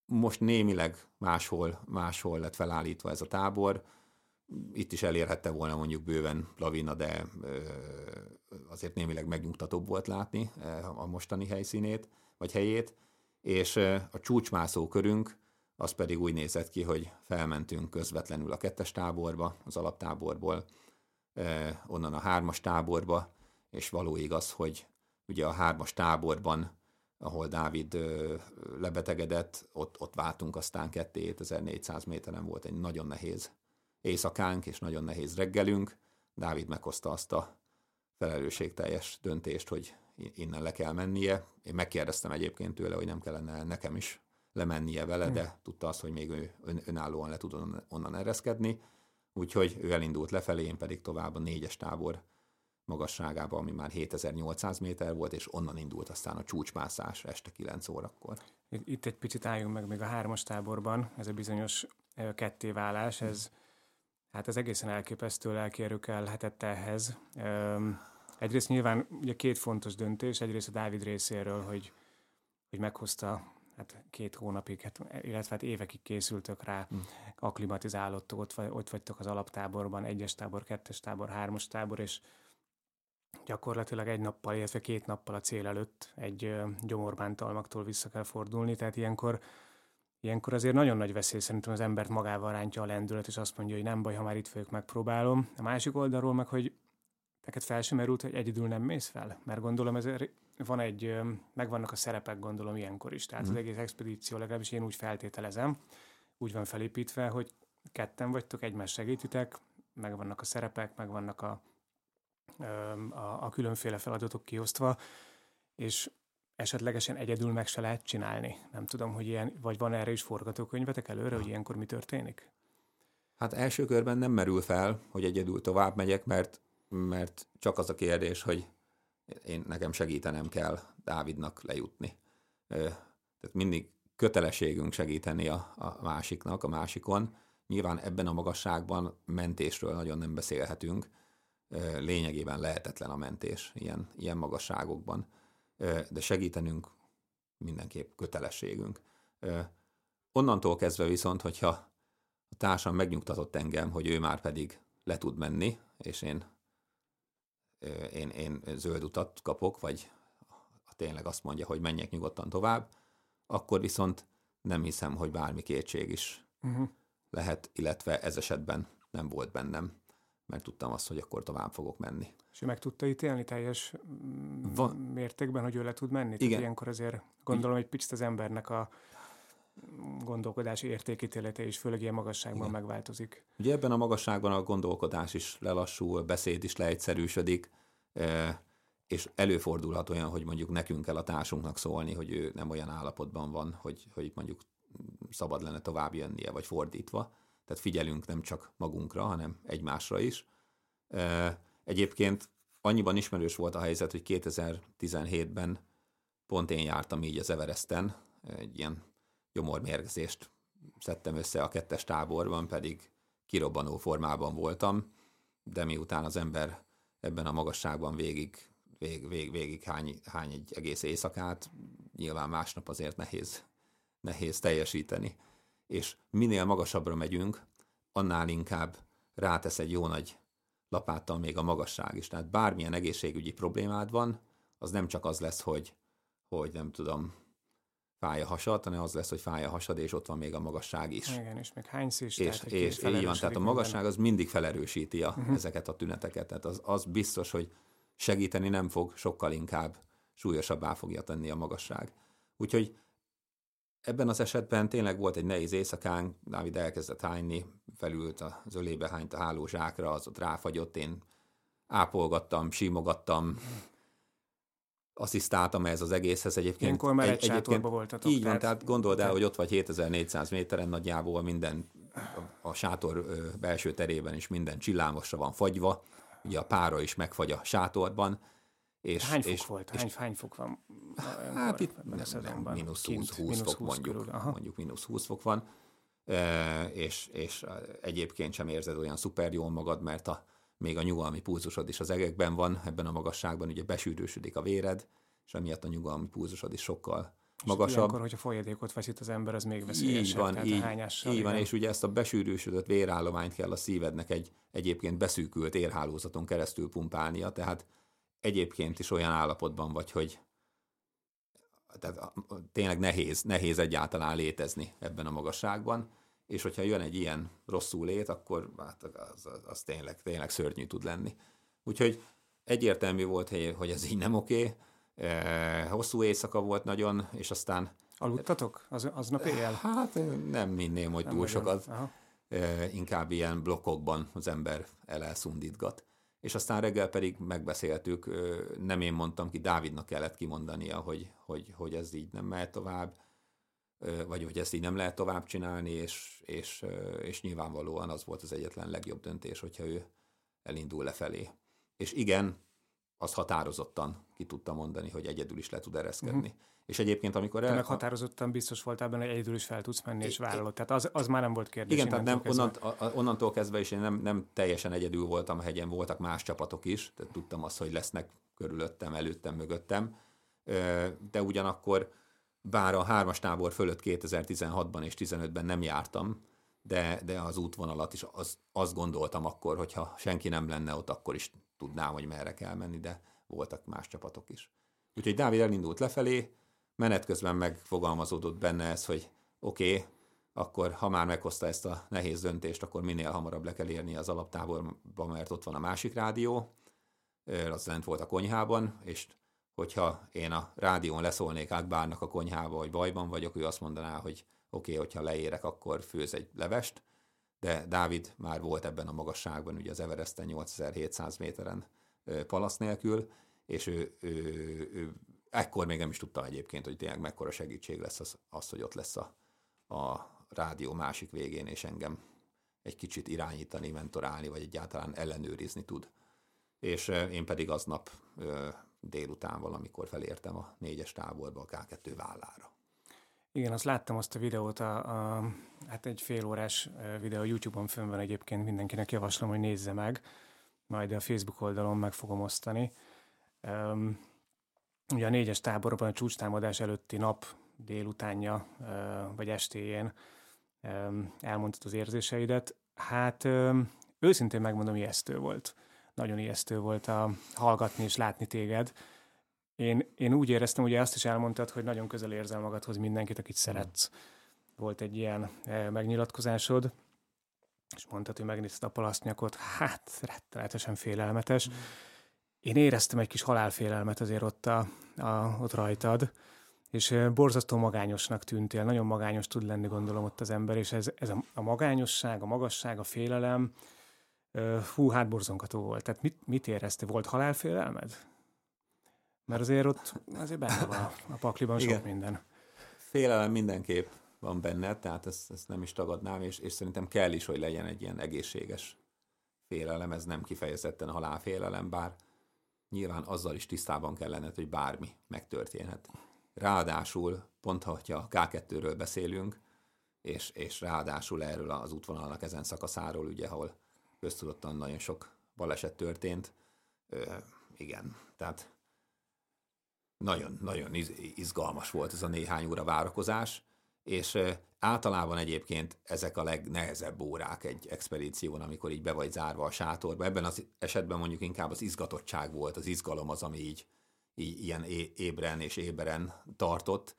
most némileg máshol lett felállítva ez a tábor. Itt is elérhette volna mondjuk bőven lavina, de azért némileg megnyugtatóbb volt látni a mostani helyszínét, vagy helyét, és a csúcsmászó körünk az pedig úgy nézett ki, hogy felmentünk közvetlenül a 2-es táborba, az alaptáborból, onnan a 3-as táborba, és való igaz, hogy ugye a 3-as táborban, ahol Dávid lebetegedett, ott váltunk aztán 2400 méteren, volt egy nagyon nehéz éjszakánk, és nagyon nehéz reggelünk. Dávid meghozta azt a felelősségteljes döntést, hogy innen le kell mennie. Én megkérdeztem egyébként tőle, hogy nem kellene nekem is lemennie vele, de tudta azt, hogy még ő önállóan le tud onnan ereszkedni. Úgyhogy ő elindult lefelé, én pedig tovább a 4-es tábor magasságába, ami már 7800 méter volt, és onnan indult aztán a csúcsmászás este 9 órakor. Itt egy picit álljunk meg még a 3-as táborban, ez a bizonyos kettéválás, ez egészen elképesztő lelkierőkelhetett ehhez. Egyrészt nyilván ugye 2 fontos döntés, egyrészt a Dávid részéről, hogy meghozta 2 hónapig, illetve évekig készültök rá, akklimatizálottok, ott vagytok az alaptáborban, 1-es tábor, 2-es tábor, 3-as tábor, és gyakorlatilag 1 nappal, illetve 2 nappal a cél előtt egy gyomorbántalmaktól vissza kell fordulni, tehát ilyenkor azért nagyon nagy veszély szerintem az embert magával rántja a lendület, és azt mondja, hogy nem baj, ha már itt vagyok, megpróbálom. A másik oldalról meg, hogy neked fel sem merült, hogy egyedül nem mész fel? Mert gondolom, megvannak a szerepek, gondolom ilyenkor is. Tehát az egész expedíció, legalábbis én úgy feltételezem, úgy van felépítve, hogy 2 vagytok, egymást segítitek, megvannak a szerepek, megvannak a különféle feladatok kiosztva, és esetlegesen egyedül meg se lehet csinálni. Nem tudom, hogy vagy van erre is forgatókönyvetek előre, hogy ilyenkor mi történik? Hát első körben nem merül fel, hogy egyedül tovább megyek, mert csak az a kérdés, hogy nekem segítenem kell Dávidnak lejutni. Tehát mindig kötelességünk segíteni a másiknak, a másikon. Nyilván ebben a magasságban mentésről nagyon nem beszélhetünk. Lényegében lehetetlen a mentés ilyen magasságokban. De segítenünk mindenképp kötelességünk. Onnantól kezdve viszont, hogyha a társam megnyugtatott engem, hogy ő már pedig le tud menni, és én zöld utat kapok, vagy tényleg azt mondja, hogy menjek nyugodtan tovább, akkor viszont nem hiszem, hogy bármi kétség is lehet, illetve ez esetben nem volt bennem, mert tudtam azt, hogy akkor tovább fogok menni. És ő meg tudta ítélni teljes mértékben, hogy ő le tud menni? Igen. Tehát ilyenkor azért gondolom, egy picit az embernek a gondolkodási értékítélete is főleg ilyen magasságban megváltozik. Ugye ebben a magasságban a gondolkodás is lelassul, a beszéd is leegyszerűsödik, és előfordulhat olyan, hogy mondjuk nekünk kell a társunknak szólni, hogy ő nem olyan állapotban van, hogy mondjuk szabad lenne tovább jönnie, vagy fordítva. Tehát figyelünk nem csak magunkra, hanem egymásra is. Egyébként annyiban ismerős volt a helyzet, hogy 2017-ben pont én jártam így az Everesten, egy ilyen gyomormérgezést szedtem össze a 2-es táborban, pedig kirobbanó formában voltam, de miután az ember ebben a magasságban végig hány egy egész éjszakát, nyilván másnap azért nehéz teljesíteni. És minél magasabbra megyünk, annál inkább rátesz egy jó nagy lapáttal még a magasság is. Tehát bármilyen egészségügyi problémád van, az nem csak az lesz, hogy nem tudom, fáj a hasad, hanem az lesz, hogy fáj a hasad, és ott van még a magasság is. Igen, és még hánysz is. És így van, tehát a magasság az mindig felerősíti ezeket a tüneteket. Tehát az biztos, hogy segíteni nem fog, sokkal inkább súlyosabbá fogja tenni a magasság. Úgyhogy ebben az esetben tényleg volt egy nehéz éjszakánk, Dávid elkezdett hányni, felült az ölébe, hányt a hálózsákra, az ott ráfagyott, én ápolgattam, simogattam, asszisztáltam ez az egészhez egyébként. Ilyenkor már egy sátorban voltatok. Így van, tehát gondold el, hogy ott vagy 7400 méteren, nagyjából minden a sátor belső terében is minden csillámosra van fagyva, ugye a pára is megfagy a sátorban. És, hány fok volt? Hány fok van? Hát itt mínusz 20 fok mondjuk mínusz 20 fok van, és egyébként sem érzed olyan szuper jól magad, mert még a nyugalmi pulzusod is az egekben van, ebben a magasságban ugye besűrűsödik a véred, és emiatt a nyugalmi pulzusod is sokkal magasabb. Ilyenkor, hogyha folyadékot veszít az ember, az még veszélyesebb. Így van, és ugye ezt a besűrűsödött vérállományt kell a szívednek egy egyébként beszűkült érhálózaton keresztül pumpálnia, tehát egyébként is olyan állapotban vagy, hogy tehát tényleg nehéz egyáltalán létezni ebben a magasságban, és hogyha jön egy ilyen rosszul lét, akkor hát az tényleg szörnyű tud lenni. Úgyhogy egyértelmű volt, hogy ez így nem oké. Hosszú éjszaka volt nagyon, és aztán... Aludtatok aznap éjjel? Hát nem hinném, hogy túl sokat. Inkább ilyen blokkokban az ember elszundítgat. És aztán reggel pedig megbeszéltük, nem én mondtam ki, Dávidnak kellett kimondania, hogy ez így nem mehet tovább, vagy hogy ezt így nem lehet tovább csinálni, és nyilvánvalóan az volt az egyetlen legjobb döntés, hogyha ő elindul lefelé. És igen, az határozottan ki tudta mondani, hogy egyedül is le tud ereszkedni. És egyébként, amikor... Te meg határozottan biztos voltál benne, hogy egyedül is fel tudsz menni, és vállalod. Tehát az már nem volt kérdés. Igen, tehát onnantól kezdve is én nem teljesen egyedül voltam a hegyen, voltak más csapatok is, tehát tudtam azt, hogy lesznek körülöttem, előttem, mögöttem, de ugyanakkor, bár a 3-as tábor fölött 2016-ban és 15-ben nem jártam, de az útvonalat is azt gondoltam akkor, hogyha senki nem lenne ott, akkor is tudnám, hogy merre kell menni, de voltak más csapatok is. Úgyhogy Dávid elindult lefelé, menet közben megfogalmazódott benne ez, hogy oké, akkor ha már meghozta ezt a nehéz döntést, akkor minél hamarabb le kell érni az alaptáborba, mert ott van a másik rádió, az lent volt a konyhában, és hogyha én a rádión leszólnék Akbárnak a konyhába, hogy bajban vagyok, ő azt mondaná, hogy oké, hogyha leérek, akkor főz egy levest, de Dávid már volt ebben a magasságban, ugye az Everesten 8700 méteren palasz nélkül, és ő ekkor még nem is tudta egyébként, hogy tényleg mekkora segítség lesz az hogy ott lesz a rádió másik végén, és engem egy kicsit irányítani, mentorálni, vagy egyáltalán ellenőrizni tud. És én pedig aznap délután valamikor felértem a 4-es táborba a K2 vállára. Igen, azt láttam azt a videót, hát egy félórás videó YouTube-on fönn van egyébként, mindenkinek javaslom, hogy nézze meg, majd a Facebook oldalon meg fogom osztani. Ugye a 4-es táborban a csúcstámadás előtti nap délutánja, vagy estéjén elmondtad az érzéseidet. Hát őszintén megmondom, ijesztő volt. Nagyon ijesztő volt hallgatni és látni téged. Én úgy éreztem, ugye azt is elmondtad, hogy nagyon közel érzel magadhoz mindenkit, akit szeretsz. Volt egy ilyen megnyilatkozásod, és mondtad, hogy megnézted a palasztnyakot, hát rettenetesen félelmetes. Én éreztem egy kis halálfélelmet azért ott rajtad, és borzasztó magányosnak tűntél, nagyon magányos tud lenni, gondolom, ott az ember, és ez a magányosság, a magasság, a félelem, hát borzongató volt. Tehát mit éreztél? Volt halálfélelmed? Mert azért ott benne van a pakliban sok minden. Félelem mindenképp van benne, tehát ezt nem is tagadnám, és szerintem kell is, hogy legyen egy ilyen egészséges félelem, ez nem kifejezetten halálfélelem, bár nyilván azzal is tisztában kell lenned, hogy bármi megtörténhet. Ráadásul, pont ha a K2-ről beszélünk, és ráadásul erről az útvonalnak ezen szakaszáról, ugye, ahol köztudottan nagyon sok baleset történt, igen, tehát nagyon izgalmas volt ez a néhány óra várakozás, és általában egyébként ezek a legnehezebb órák egy expedíción, amikor így be vagy zárva a sátorba. Ebben az esetben mondjuk inkább az izgatottság volt, az izgalom az, ami így ilyen ébren és éberen tartott,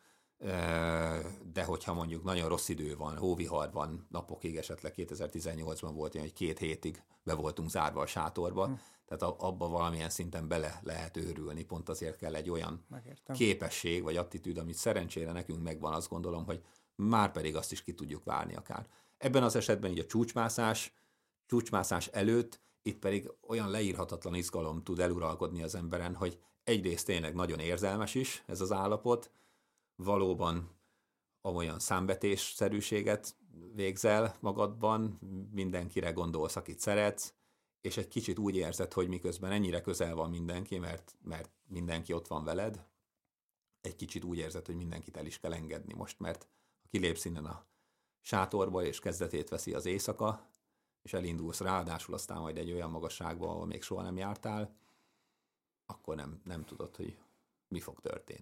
de hogyha mondjuk nagyon rossz idő van, hóvihar van, napokig, esetleg 2018-ban volt olyan, hogy 2 hétig be voltunk zárva a sátorba, tehát abba valamilyen szinten bele lehet őrülni, pont azért kell egy olyan képesség vagy attitűd, amit szerencsére nekünk megvan, azt gondolom, hogy már pedig azt is ki tudjuk várni akár. Ebben az esetben így a csúcsmászás előtt, itt pedig olyan leírhatatlan izgalom tud eluralkodni az emberen, hogy egyrészt tényleg nagyon érzelmes is ez az állapot, valóban olyan számvetésszerűséget végzel magadban, mindenkire gondolsz, akit szeretsz, és egy kicsit úgy érzed, hogy miközben ennyire közel van mindenki, mert mindenki ott van veled, egy kicsit úgy érzed, hogy mindenkit el is kell engedni most, mert ha kilépsz innen a sátorba, és kezdetét veszi az éjszaka, és elindulsz ráadásul aztán majd egy olyan magasságba, ahol még soha nem jártál, akkor nem tudod, hogy mi fog történni.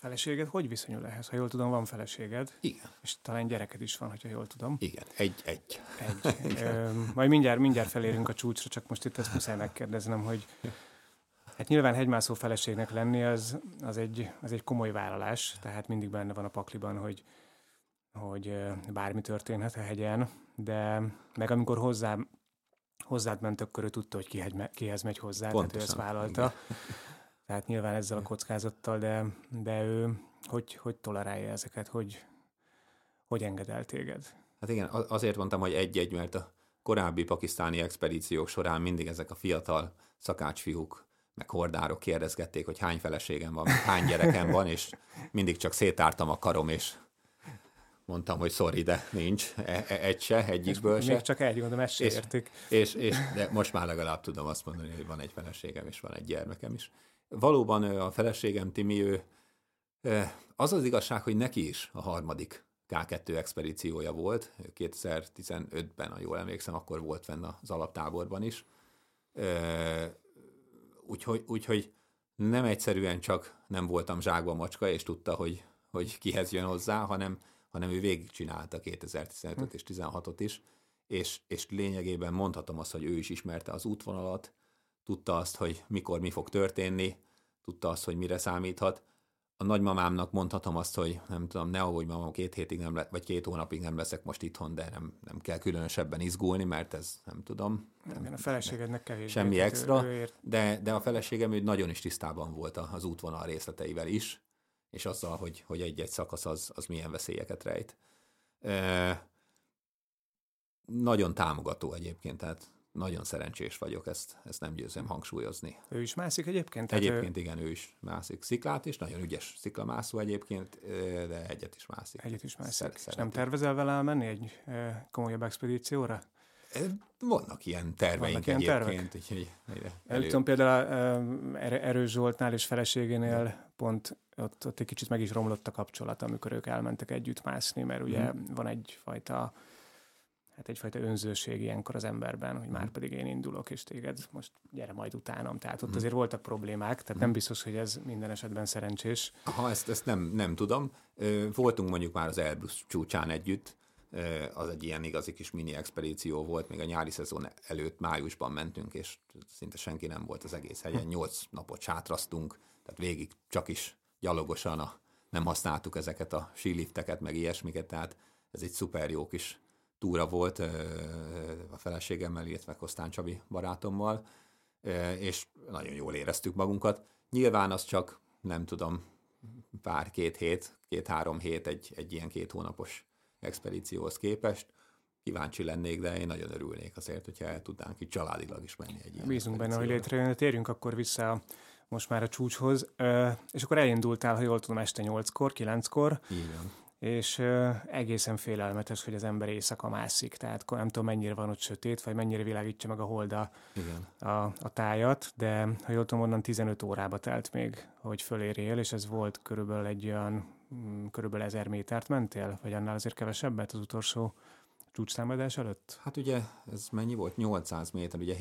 feleséged hogy viszonyul ehhez? Ha jól tudom, van feleséged. Igen. És talán gyereked is van, ha jól tudom. Igen, egy. Majd mindjárt felérünk a csúcsra, csak most itt ezt muszáj megkérdeznem, hogy hát nyilván hegymászó feleségnek lenni az egy komoly vállalás, tehát mindig benne van a pakliban, hogy bármi történhet a hegyen, de meg amikor hozzád ment, akkor ő tudta, hogy kihez megy hozzá, Pontosan, tehát ő ezt vállalta. Igen. Tehát nyilván ezzel a kockázattal, de ő hogy tolerálja ezeket, hogy enged el téged? Hát igen, azért mondtam, hogy egy-egy, mert a korábbi pakisztáni expedíciók során mindig ezek a fiatal szakácsfiúk, meg hordárok kérdezgették, hogy hány feleségem van, hány gyerekem van, és mindig csak szétártam a karom, és mondtam, hogy sorry, de nincs egy se, egyikből se. Még csak egy, gondolom, ezt se értik. De most már legalább tudom azt mondani, hogy van egy feleségem, és van egy gyermekem is. Valóban a feleségem, Timi, az az igazság, hogy neki is a harmadik K2 expedíciója volt. 2015-ben, ha jól emlékszem, akkor volt fenn az alaptáborban is. Úgyhogy nem egyszerűen csak nem voltam zsákba macska, és tudta, hogy kihez jön hozzá, hanem ő végigcsinálta 2015-öt és 16-ot is, és lényegében mondhatom azt, hogy ő is ismerte az útvonalat, tudta azt, hogy mikor mi fog történni, tudta azt, hogy mire számíthat. A nagymamámnak mondhatom azt, hogy nem tudom, nehogy mamám 2 hétig vagy 2 hónapig nem leszek most itthon, de nem kell különösebben izgulni, mert ez nem tudom. A feleségednek kevésbé. Semmi extra, de a feleségem ő nagyon is tisztában volt az útvonal részleteivel is, és azzal, hogy egy-egy szakasz az milyen veszélyeket rejt. Nagyon támogató egyébként, tehát nagyon szerencsés vagyok, ezt nem győzöm hangsúlyozni. Ő is mászik egyébként? Egyébként igen, ő is mászik. Sziklát is, nagyon ügyes sziklamászó egyébként, de egyet is mászik. Egyet is mászik. És nem tervezel vele elmenni egy komolyabb expedícióra? Vannak ilyen terveink egyébként. Úgyhogy tudom, például Erős Zsoltnál és feleségénél pont ott egy kicsit meg is romlott a kapcsolat, amikor ők elmentek együtt mászni, mert ugye van egyfajta önzőség ilyenkor az emberben, hogy már pedig én indulok, és téged most gyere majd utánam. Tehát ott azért voltak problémák, tehát nem biztos, hogy ez minden esetben szerencsés. Aha, ezt nem tudom. Voltunk mondjuk már az Elbrus csúcsán együtt, az egy ilyen igazi kis mini expedíció volt, még a nyári szezon előtt májusban mentünk, és szinte senki nem volt az egész hegyen. 8 napot sátraztunk, tehát végig csak is gyalogosan nem használtuk ezeket a sílifteket, meg ilyesmiket, tehát ez egy szuper jó kis túra volt a feleségemmel, illetve Kosztán Csabi barátommal, és nagyon jól éreztük magunkat. Nyilván az csak, nem tudom, 2-3 hét egy ilyen 2 hónapos expedícióhoz képest. Kíváncsi lennék, de én nagyon örülnék azért, hogyha el tudnánk itt családilag is menni egy ilyen. Bízunk benne, hogy létrejön. Térjünk akkor vissza most már a csúcshoz. És akkor elindultál, ha jól tudom, este 8-kor, 9-kor. Így van. És egészen félelmetes, hogy az ember éjszaka mászik, tehát nem tudom, mennyire van ott sötét, vagy mennyire világítja meg a hold a tájat, de ha jól tudom, onnan 15 órába telt még, hogy fölérjél, és ez volt körülbelül 1000 métert mentél, vagy annál azért kevesebbet az utolsó csúcstámadás előtt? Hát ugye ez mennyi volt? 800 méter, ugye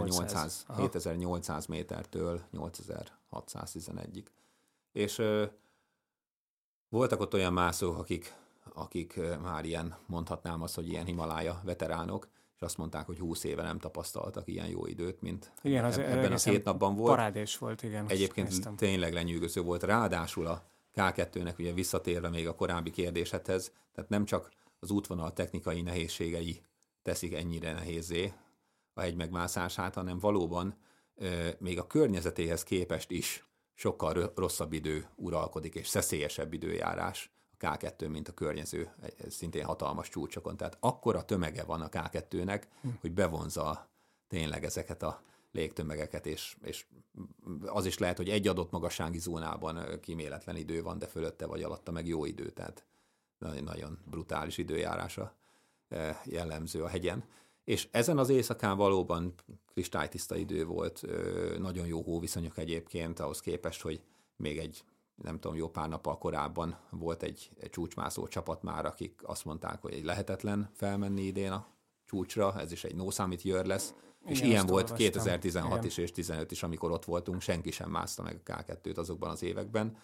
7800 métertől 8611-ig. És voltak ott olyan mászók, akik már ilyen, mondhatnám azt, hogy ilyen Himalája veteránok, és azt mondták, hogy 20 éve nem tapasztaltak ilyen jó időt, mint igen, ebben a 2 napban volt. Parádés volt, igen. Egyébként tényleg lenyűgöző volt. Ráadásul a K2-nek ugye visszatérve még a korábbi kérdésedhez, tehát nem csak az útvonal technikai nehézségei teszik ennyire nehézzé a hegy megmászását, hanem valóban még a környezetéhez képest is sokkal rosszabb idő uralkodik, és szeszélyesebb időjárás a K2, mint a környező, szintén hatalmas csúcsokon. Tehát akkora tömege van a K2-nek, hogy bevonza tényleg ezeket a légtömegeket, és az is lehet, hogy egy adott magassági zónában kíméletlen idő van, de fölötte vagy alatta meg jó idő, tehát nagyon brutális időjárása jellemző a hegyen. És ezen az éjszakán valóban kristálytiszta idő volt, nagyon jó hóviszonyok egyébként, ahhoz képest, hogy még egy, nem tudom, jó pár nappal korábban volt egy csúcsmászó csapat már, akik azt mondták, hogy egy lehetetlen felmenni idén a csúcsra, ez is egy no summit year lesz, és igen, ilyen volt 2016 is és 15 is, amikor ott voltunk, senki sem mászta meg a K2-t azokban az években,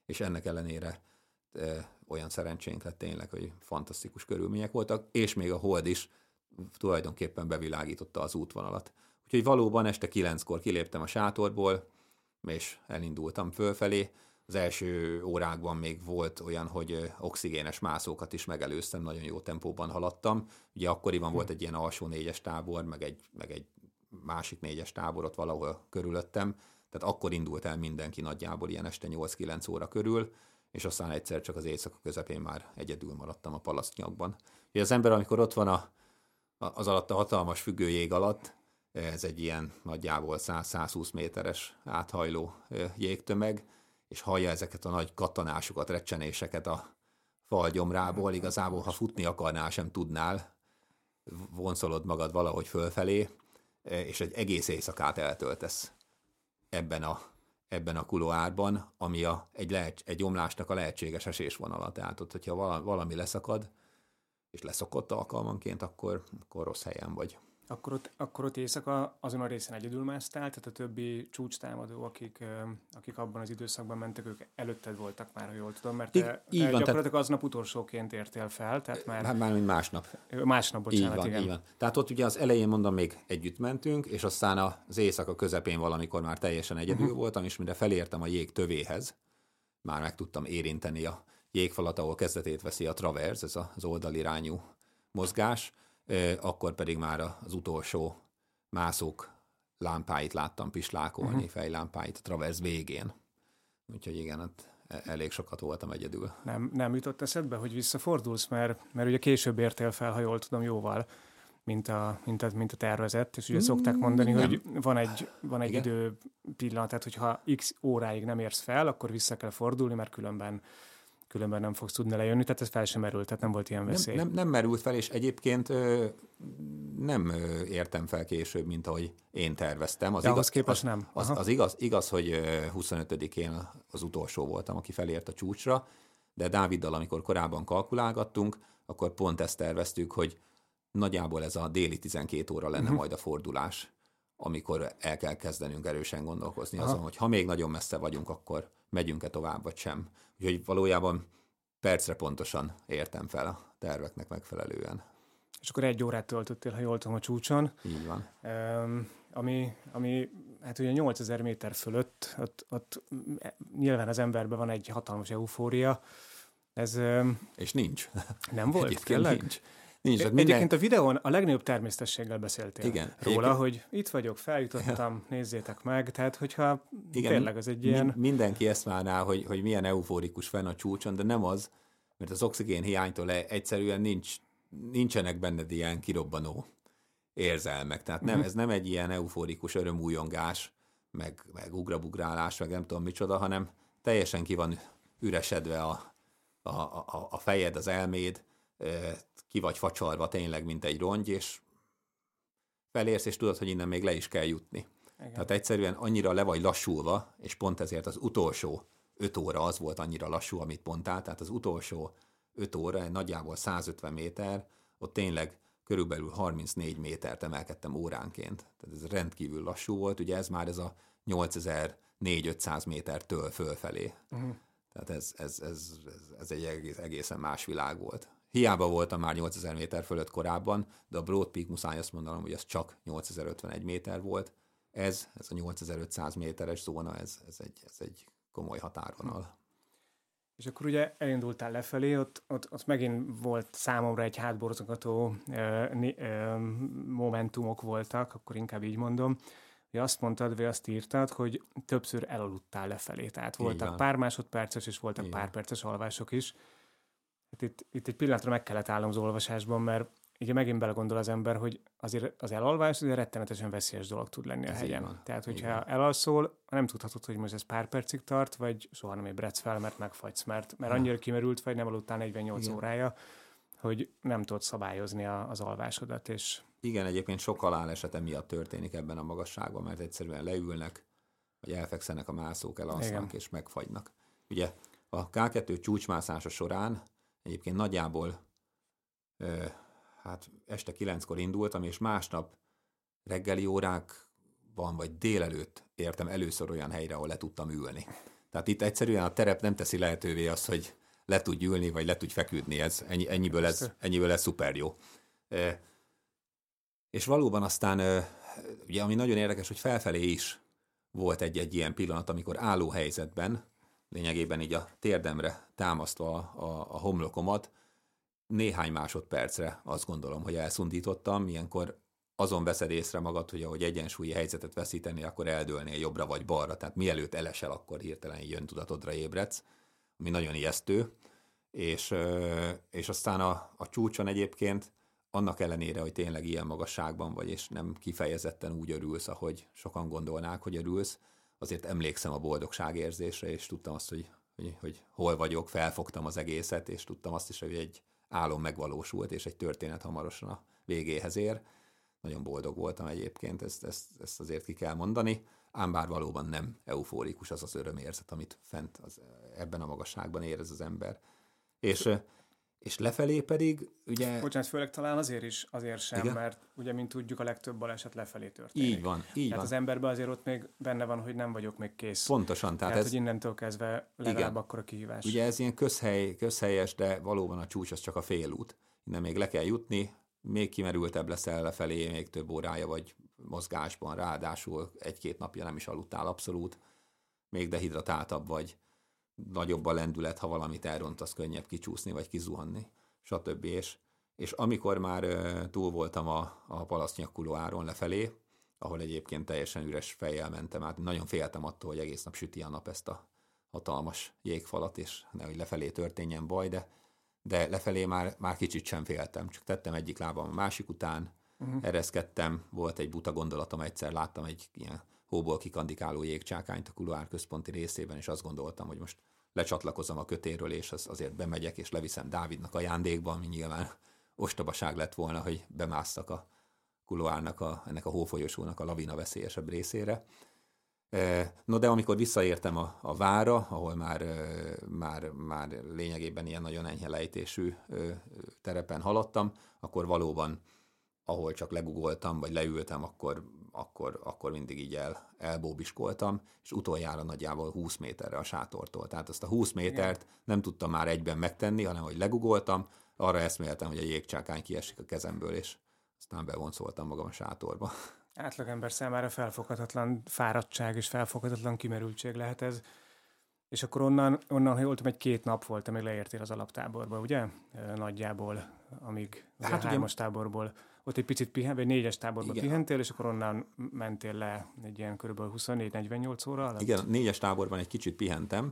és ennek ellenére olyan szerencsénk lett tényleg, hogy fantasztikus körülmények voltak, és még a hold is tulajdonképpen bevilágította az útvonalat. Úgyhogy valóban este 9-kor kiléptem a sátorból, és elindultam fölfelé. Az első órákban még volt olyan, hogy oxigénes mászókat is megelőztem, nagyon jó tempóban haladtam. Ugye akkoriban volt egy ilyen alsó 4-es tábor, meg egy másik 4-es tábor ott valahol körülöttem, tehát akkor indult el mindenki nagyjából ilyen este 8-9 óra körül, és aztán egyszer csak az éjszaka közepén már egyedül maradtam a palasztnyakban. Ugye az ember, amikor ott van az alatt a hatalmas függőjég alatt, ez egy ilyen nagyjából 100-120 méteres áthajló jégtömeg, és hallja ezeket a nagy kattanásokat, recsenéseket a falgyomrából, igazából, ha futni akarnál, sem tudnál, vonszolod magad valahogy fölfelé, és egy egész éjszakát eltöltesz ebben a kuloárban, ami egy omlásnak a lehetséges esésvonala. Tehát ott, hogyha valami leszakad, és leszokott alkalmanként, akkor rossz helyen vagy. Akkor ott éjszaka azon a részen egyedül másztál, tehát a többi csúcstámadó, akik abban az időszakban mentek, ők előtted voltak már, ha jól tudom, mert te gyakorlatilag aznap utolsóként értél fel, tehát már mint másnap. Másnap, bocsánat, így van. Tehát ott ugye az elején mondom, még együtt mentünk, és aztán az éjszaka közepén valamikor már teljesen egyedül voltam, és mire felértem a jég tövéhez, már meg tudtam érinteni a jégfalat, ahol kezdetét veszi a travers, ez az oldalirányú mozgás, akkor pedig már az utolsó mászók lámpáit láttam pislákolni, fejlámpáit a travers végén. Úgyhogy igen, hát elég sokat voltam egyedül. Nem jutott eszedbe, hogy visszafordulsz, mert ugye később értél fel, ha jól tudom, jóval, mint a tervezett, és ugye szokták mondani, hogy van egy idő pillanat, tehát hogyha x óráig nem érsz fel, akkor vissza kell fordulni, mert különben nem fogsz tudni lejönni, tehát ez fel sem merült, tehát nem volt ilyen veszély. Nem merült fel, és egyébként nem értem fel később, mint ahogy én terveztem. Ahhoz képest nem. Az igaz, hogy 25-én az utolsó voltam, aki felért a csúcsra, de Dáviddal, amikor korábban kalkulálgattunk, akkor pont ezt terveztük, hogy nagyjából ez a déli 12 óra lenne majd a fordulás, amikor el kell kezdenünk erősen gondolkozni azon, hogy ha még nagyon messze vagyunk, akkor megyünk-e tovább, vagy sem. Úgyhogy valójában percre pontosan értem fel a terveknek megfelelően. És akkor 1 órát töltöttél, ha jól tudom, a csúcson. Így van. Ami hát ugye 8000 méter fölött, ott nyilván az emberben van egy hatalmas eufória. És nincs. Nem volt? Tényleg? Nincs. Egyébként a videón a legnagyobb természetességgel beszéltél róla, igen. Hogy itt vagyok, feljutottam, nézzétek meg, tehát hogyha tényleg az egy ilyen... Mindenki ezt várná, hogy milyen eufórikus fenn a csúcson, de nem az, mert az oxigén hiánytól egyszerűen nincsenek benned ilyen kirobbanó érzelmek. Tehát ez nem egy ilyen eufórikus örömújongás, meg ugrabugrálás, meg nem tudom micsoda, hanem teljesen ki van üresedve a fejed, az elméd, ki vagy facsarva tényleg, mint egy rongy, és felérsz, és tudod, hogy innen még le is kell jutni. Igen. Tehát egyszerűen annyira le vagy lassulva, és pont ezért az utolsó 5 óra az volt annyira lassú, amit mondtál, tehát az utolsó 5 óra, nagyjából 150 méter, ott tényleg körülbelül 34 métert emelkedtem óránként. Tehát ez rendkívül lassú volt, ugye ez már ez a 8400-500 métertől fölfelé. Tehát ez egy egészen más világ volt. Hiába voltam már 8000 méter fölött korábban, de a Broad Peak, muszáj azt mondanom, hogy ez csak 8051 méter volt. Ez a 8500 méteres zóna, ez egy komoly határvonal. És akkor ugye elindultál lefelé, ott megint volt számomra egy hátborzongató momentumok voltak, akkor inkább így mondom, hogy azt mondtad, vagy azt írtad, hogy többször elaludtál lefelé. Tehát voltak pár másodperces, és voltak pár perces alvások is. Hát itt egy pillanatra meg kellett állnom az olvasásban, mert ugye megint belegondol az ember, hogy azért az elalvás azért rettenetesen veszélyes dolog tud lenni a hegyen. Tehát, hogyha elalszol, nem tudhatod, hogy most ez pár percig tart, vagy soha nem ébredsz fel, mert megfagysz, mert annyira kimerült vagy, nem aludtál 48 órája, hogy nem tudod szabályozni az alvásodat. És... Igen, egyébként sok haláleset emiatt történik ebben a magasságban, mert egyszerűen leülnek, vagy elfekszenek a mászók, elalszanak és megfagynak. Ugye a K2 csúcsmászása során egyébként nagyjából este 9-kor indultam, és másnap reggeli órákban, vagy délelőtt értem először olyan helyre, ahol le tudtam ülni. Tehát itt egyszerűen a terep nem teszi lehetővé azt, hogy le tudj ülni, vagy le tudj feküdni. Ennyiből ez szuper jó. És valóban aztán, ugye, ami nagyon érdekes, hogy felfelé is volt egy ilyen pillanat, amikor álló helyzetben, lényegében így a térdemre támasztva a homlokomat, néhány másodpercre azt gondolom, hogy elszundítottam, ilyenkor azon veszed észre magad, hogy ahogy egyensúlyi helyzetet veszíteni, akkor eldőlnél jobbra vagy balra, tehát mielőtt elesel, akkor hirtelen jön tudatodra ébredsz, ami nagyon ijesztő, és aztán a csúcson egyébként, annak ellenére, hogy tényleg ilyen magasságban vagy, és nem kifejezetten úgy örülsz, ahogy sokan gondolnák, hogy örülsz, azért emlékszem a boldogságérzésre, és tudtam azt, hogy hol vagyok, felfogtam az egészet, és tudtam azt is, hogy egy álom megvalósult, és egy történet hamarosan a végéhez ér. Nagyon boldog voltam egyébként, ezt azért ki kell mondani, ám bár valóban nem eufórikus az az örömérzet, amit fent ebben a magasságban érez az ember. És lefelé pedig, ugye... Bocsánat, főleg talán azért sem, igen? Mert ugye, mint tudjuk, a legtöbb baleset lefelé történik. Így van. Az emberben azért ott még benne van, hogy nem vagyok még kész. Pontosan. Tehát hogy innentől kezdve legalább akkor a kihívás. Ugye ez ilyen közhelyes, de valóban a csúcs az csak a félút. Innen még le kell jutni, még kimerültebb leszel lefelé, még több órája vagy mozgásban, ráadásul 1-2 napja nem is aludtál abszolút, még dehidratáltabb vagy, nagyobb a lendület, ha valamit elrontasz, könnyebb kicsúszni, vagy kizuhanni, stb. És amikor már túl voltam a Palasztnyakuló áron lefelé, ahol egyébként teljesen üres fejjel mentem át, nagyon féltem attól, hogy egész nap süti a nap ezt a hatalmas jégfalat, és nehogy lefelé történjen baj, de lefelé már kicsit sem féltem, csak tettem egyik lábam a másik után, ereszkedtem, volt egy buta gondolatom, egyszer láttam egy ilyen hóból kikandikáló jégcsákányt a kuluár központi részében, és azt gondoltam, hogy most lecsatlakozom a kötéről, és azért bemegyek, és leviszem Dávidnak ajándékba, ami nyilván ostobaság lett volna, hogy bemásztak a kuluárnak, ennek a hófolyosónak a lavina veszélyesebb részére. No, de amikor visszaértem a várra, ahol már lényegében ilyen nagyon enyhe lejtésű terepen haladtam, akkor ahol csak legugoltam, vagy leültem, akkor mindig így elbóbiskoltam, és utoljára nagyjából 20 méterre a sátortól. Tehát azt a 20 métert nem tudtam már egyben megtenni, hanem hogy legugoltam, arra eszméltem, hogy a jégcsákány kiesik a kezemből, és aztán bevonszoltam magam a sátorba. Átlagember számára felfoghatatlan fáradtság és felfoghatatlan kimerültség lehet ez. És akkor onnan ha jól tudom, 2 nap volt, amíg leértél az alaptáborba, ugye? Nagyjából, amíg a 3-as táborból. Ott egy picit vagy 4-es táborban pihentél, és akkor onnan mentél le egy ilyen kb. 24-48 óra alatt? Igen, 4-es táborban egy kicsit pihentem,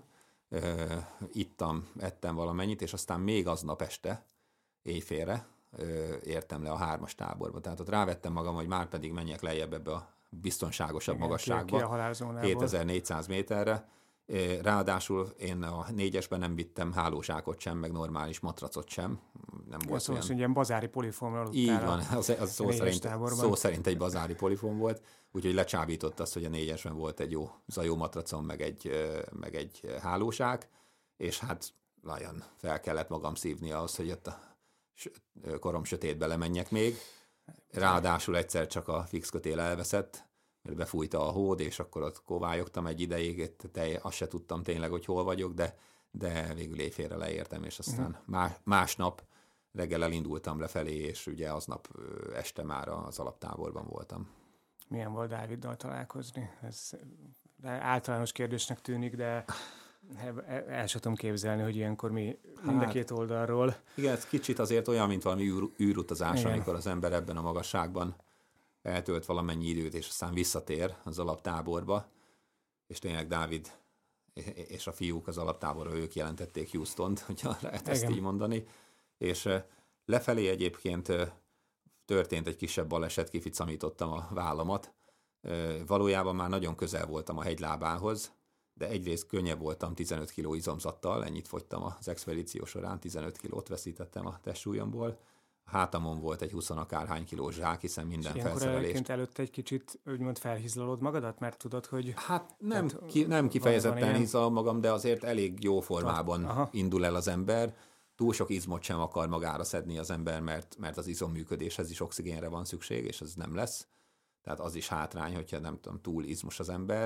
ettem valamennyit, és aztán még aznap este, éjfélre értem le a 3-as táborba. Tehát ott rávettem magam, hogy már pedig menjek lejjebb ebbe a biztonságosabb magasságba, 7400 méterre. Ráadásul én a 4-esben nem vittem hálózsákot sem, meg normális matracot sem. Nem volt szóval olyan... ilyen bazári polifomra. Így van, az szó szerint egy bazári polifom volt, úgyhogy lecsábított azt, hogy a 4-esben volt egy jó zajó matracom, meg egy hálóság, és hát nagyon fel kellett magam szívni ahhoz, hogy ott a korom sötétbe lemenjek még. Ráadásul egyszer csak a fix kötél elveszett, mert befújta a hód, és akkor ott kovályogtam egy ideig, azt se tudtam tényleg, hogy hol vagyok, de végül éjfélre leértem, és aztán másnap reggel elindultam lefelé, és ugye aznap este már az alaptáborban voltam. Milyen volt Dáviddal találkozni? Ez általános kérdésnek tűnik, de el sem tudom képzelni, hogy ilyenkor mind a két oldalról. Igen, ez kicsit azért olyan, mint valami űrutazás, amikor az ember ebben a magasságban eltölt valamennyi időt, és aztán visszatér az alaptáborba, és tényleg Dávid és a fiúk az alaptáborra, ők jelentették Houstont, hogyha lehet ezt így mondani, és lefelé egyébként történt egy kisebb baleset, kificamítottam a vállamat, valójában már nagyon közel voltam a hegylábához, de egyrészt könnyebb voltam 15 kg izomzattal, ennyit fogytam az expedíció során, 15 kilót veszítettem a testsúlyomból. A hátamon volt egy 20 akárhány kilós zsák, hiszen minden felszerelést. Ilyenkor egyébként előtte egy kicsit, úgymond felhizlalod magadat, mert tudod, hogy... Hát nem kifejezetten hizlalom magam, de azért elég jó formában indul el az ember. Túl sok izmot sem akar magára szedni az ember, mert az izomműködéshez is oxigénre van szükség, és ez nem lesz. Tehát az is hátrány, hogyha nem tudom, túl izmos az ember.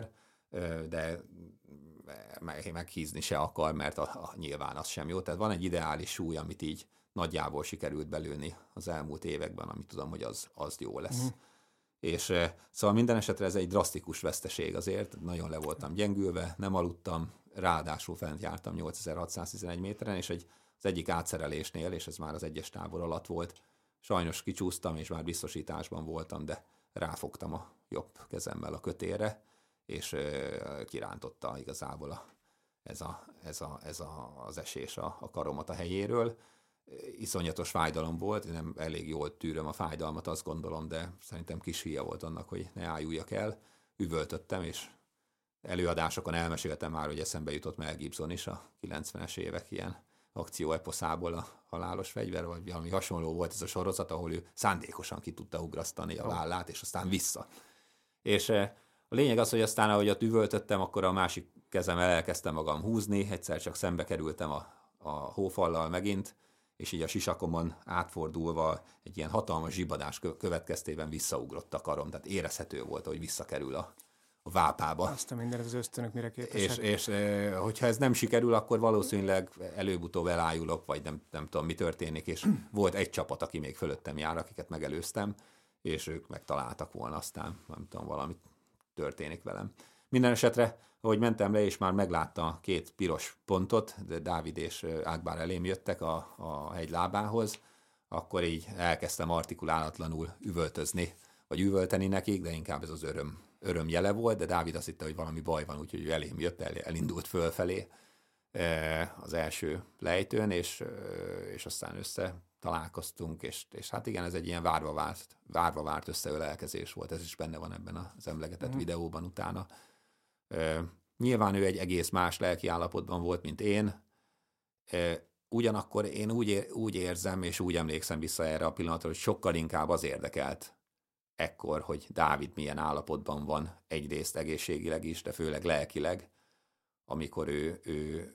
de meghízni se akar, mert nyilván az sem jó. Tehát van egy ideális súly, amit így nagyjából sikerült belőni az elmúlt években, amit tudom, hogy az jó lesz. És szóval minden esetre ez egy drasztikus veszteség azért, nagyon le voltam gyengülve, nem aludtam, ráadásul fent jártam 8611 méteren, és az egyik átszerelésnél, és ez már az egyes tábor alatt volt, sajnos kicsúsztam, és már biztosításban voltam, de ráfogtam a jobb kezemmel a kötélre, és kirántotta igazából az esés a karomat a helyéről. Iszonyatos fájdalom volt, nem elég jól tűröm a fájdalmat, azt gondolom, de szerintem kis hülye volt annak, hogy ne álljak el. Üvöltöttem, és előadásokon elmeséltem már, hogy eszembe jutott Mel Gibson is a 90-es évek ilyen akcióeposzából a halálos fegyver, vagy valami hasonló volt ez a sorozat, ahol ő szándékosan ki tudta ugrasztani a vállát, és aztán vissza. És a lényeg az, hogy aztán, ahogy ott üvöltöttem, akkor a másik kezemmel elkezdtem magam húzni, egyszer csak szembe kerültem a hófallal megint, és így a sisakomon átfordulva egy ilyen hatalmas zsibadás következtében visszaugrott a karom, tehát érezhető volt, hogy visszakerül a vápába. Azt a minden, az ösztönök mire képesek. És hogyha ez nem sikerül, akkor valószínűleg előbb-utóbb elájulok, vagy nem tudom, mi történik, és volt egy csapat, aki még fölöttem jár, akiket megelőztem, és ők megtaláltak volna, aztán nem tudom, valamit történik velem. Minden esetre, ahogy mentem le, és már meglátta 2 piros pontot, de Dávid és Ákbár elém jöttek a hegy lábához, akkor így elkezdtem artikulálatlanul üvöltözni, vagy üvölteni nekik, de inkább ez az öröm jele volt, de Dávid azt hitte, hogy valami baj van, úgyhogy ő elém jött, elindult fölfelé az első lejtőn, és aztán találkoztunk, és hát igen, ez egy ilyen várva várt összeölelkezés volt, ez is benne van ebben az emlegetett videóban utána. Nyilván ő egy egész más lelki állapotban volt, mint én, ugyanakkor én úgy érzem, és úgy emlékszem vissza erre a pillanatra, hogy sokkal inkább az érdekelt ekkor, hogy Dávid milyen állapotban van, egyrészt egészségileg is, de főleg lelkileg, amikor ő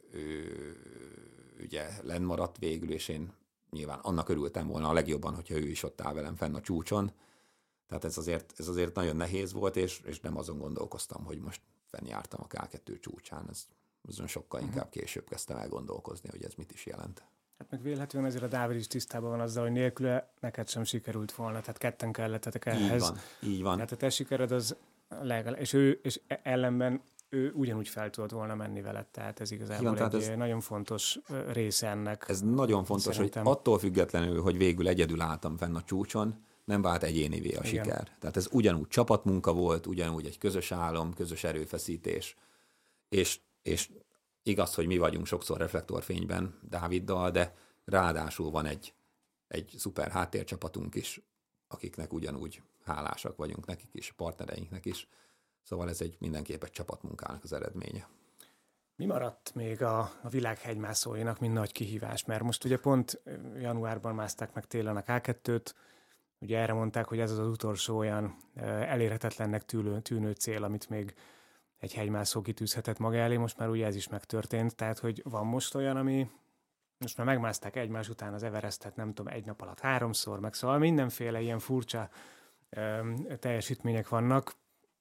ugye lennmaradt végül, és én nyilván annak örültem volna a legjobban, hogyha ő is ott áll velem fenn a csúcson. Tehát ez azért nagyon nehéz volt, és nem azon gondolkoztam, hogy most fennjártam a K2 csúcsán. Ez sokkal inkább később kezdtem el gondolkozni, hogy ez mit is jelent. Hát meg vélhetően azért a Dávid is tisztában van azzal, hogy nélküle neked sem sikerült volna, tehát ketten kellettetek ehhez. Így van. Tehát a te sikered az és ellenben ő ugyanúgy fel tudott volna menni veled, tehát ez igazából egy nagyon fontos része ennek. Ez nagyon fontos, szerintem. Hogy attól függetlenül, hogy végül egyedül álltam fenn a csúcson, nem vált egyénivé a siker. Tehát ez ugyanúgy csapatmunka volt, ugyanúgy egy közös álom, közös erőfeszítés, és igaz, hogy mi vagyunk sokszor reflektorfényben Dáviddal, de ráadásul van egy szuper háttércsapatunk is, akiknek ugyanúgy hálásak vagyunk nekik is, partnereinknek is. Szóval ez mindenképp egy csapatmunkának az eredménye. Mi maradt még a világ hegymászóinak, mint nagy kihívás? Mert most ugye pont januárban mászták meg télen a K2-t, ugye erre mondták, hogy ez az utolsó olyan elérhetetlennek tűnő cél, amit még egy hegymászó kitűzhetett maga elé, most már ugye ez is megtörtént, tehát hogy van most olyan, ami most már megmászták egymás után az Everestet, nem tudom, egy nap alatt 3-szor, meg szóval mindenféle ilyen furcsa teljesítmények vannak.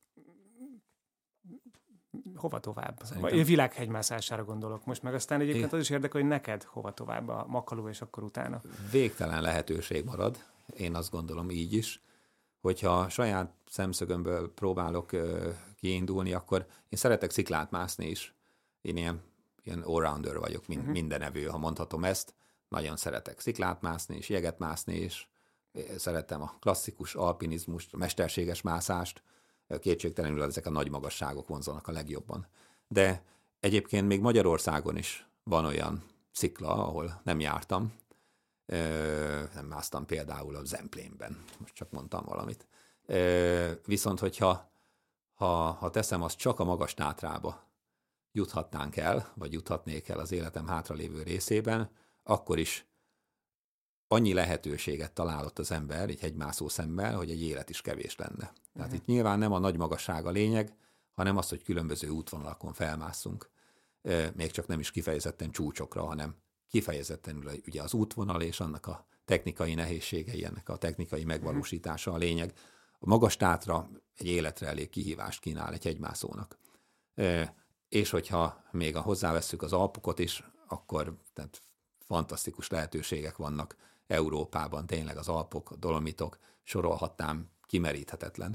Hova tovább? Szerintem. A világhegymászására gondolok most, meg aztán egyébként az is érdekel, hogy neked hova tovább a Makaló, és akkor utána. Végtelen lehetőség marad, én azt gondolom így is, hogyha saját szemszögömből próbálok kiindulni, akkor én szeretek sziklát mászni is. Én ilyen allrounder vagyok, mindenevő, ha mondhatom ezt. Nagyon szeretek sziklát mászni és jeget mászni is. Szeretem a klasszikus alpinizmust, a mesterséges mászást. Kétségtelenül ezek a nagy magasságok vonzanak a legjobban. De egyébként még Magyarországon is van olyan szikla, ahol nem jártam. Nem másztam például a Zemplénben, most csak mondtam valamit. Viszont, hogyha teszem, azt csak a Magas Tátrába juthatnánk el, vagy juthatnék el az életem hátralévő részében, akkor is annyi lehetőséget találott az ember, egy hegymászó szemmel, hogy egy élet is kevés lenne. Tehát itt nyilván nem a nagy magasság a lényeg, hanem az, hogy különböző útvonalakon felmásszunk. Még csak nem is kifejezetten csúcsokra, hanem kifejezetten ugye az útvonal és annak a technikai nehézségei, ennek a technikai megvalósítása a lényeg. A Magas Tátra egy életre elég kihívást kínál egy hegymászónak. És hogyha még hozzávesszük az Alpokat is, akkor tehát fantasztikus lehetőségek vannak Európában, tényleg az Alpok, a Dolomitok, sorolhatnám, kimeríthetetlen.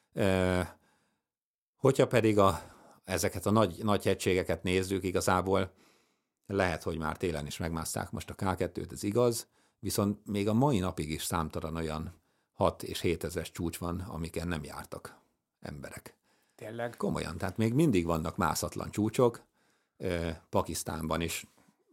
Hogyha pedig ezeket a nagy hegységeket nézzük, igazából lehet, hogy már télen is megmásszák most a K2-t, ez igaz, viszont még a mai napig is számtalan olyan 6 és 7 ezres csúcs van, amiken nem jártak emberek. Tényleg? Komolyan, tehát még mindig vannak mászatlan csúcsok, Pakisztánban is,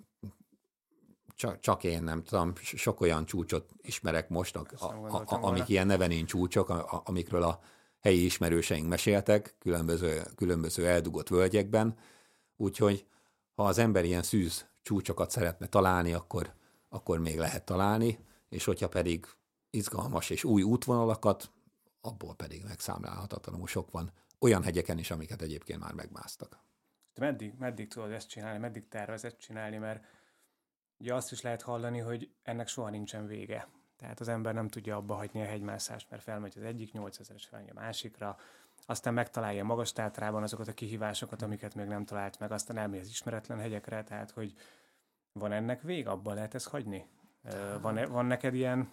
csak én nem tudom, sok olyan csúcsot ismerek most, amik ilyen nevenén csúcsok, amikről a helyi ismerőseink meséltek, különböző eldugott völgyekben, úgyhogy ha az ember ilyen szűz csúcsokat szeretne találni, akkor még lehet találni, és hogyha pedig izgalmas és új útvonalakat, abból pedig megszámlálhatatlanul sok van, olyan hegyeken is, amiket egyébként már megmásztak. Meddig tudod ezt csinálni, meddig tervezed csinálni, mert ugye azt is lehet hallani, hogy ennek soha nincsen vége. Tehát az ember nem tudja abba hagyni a hegymászást, mert felmegy az egyik 8000-es, felmegy a másikra, aztán megtalálja Magas-Tátrában azokat a kihívásokat, amiket még nem talált meg, aztán elmegy az ismeretlen hegyekre, tehát hogy van ennek vég, abban lehet ezt hagyni? Van neked ilyen,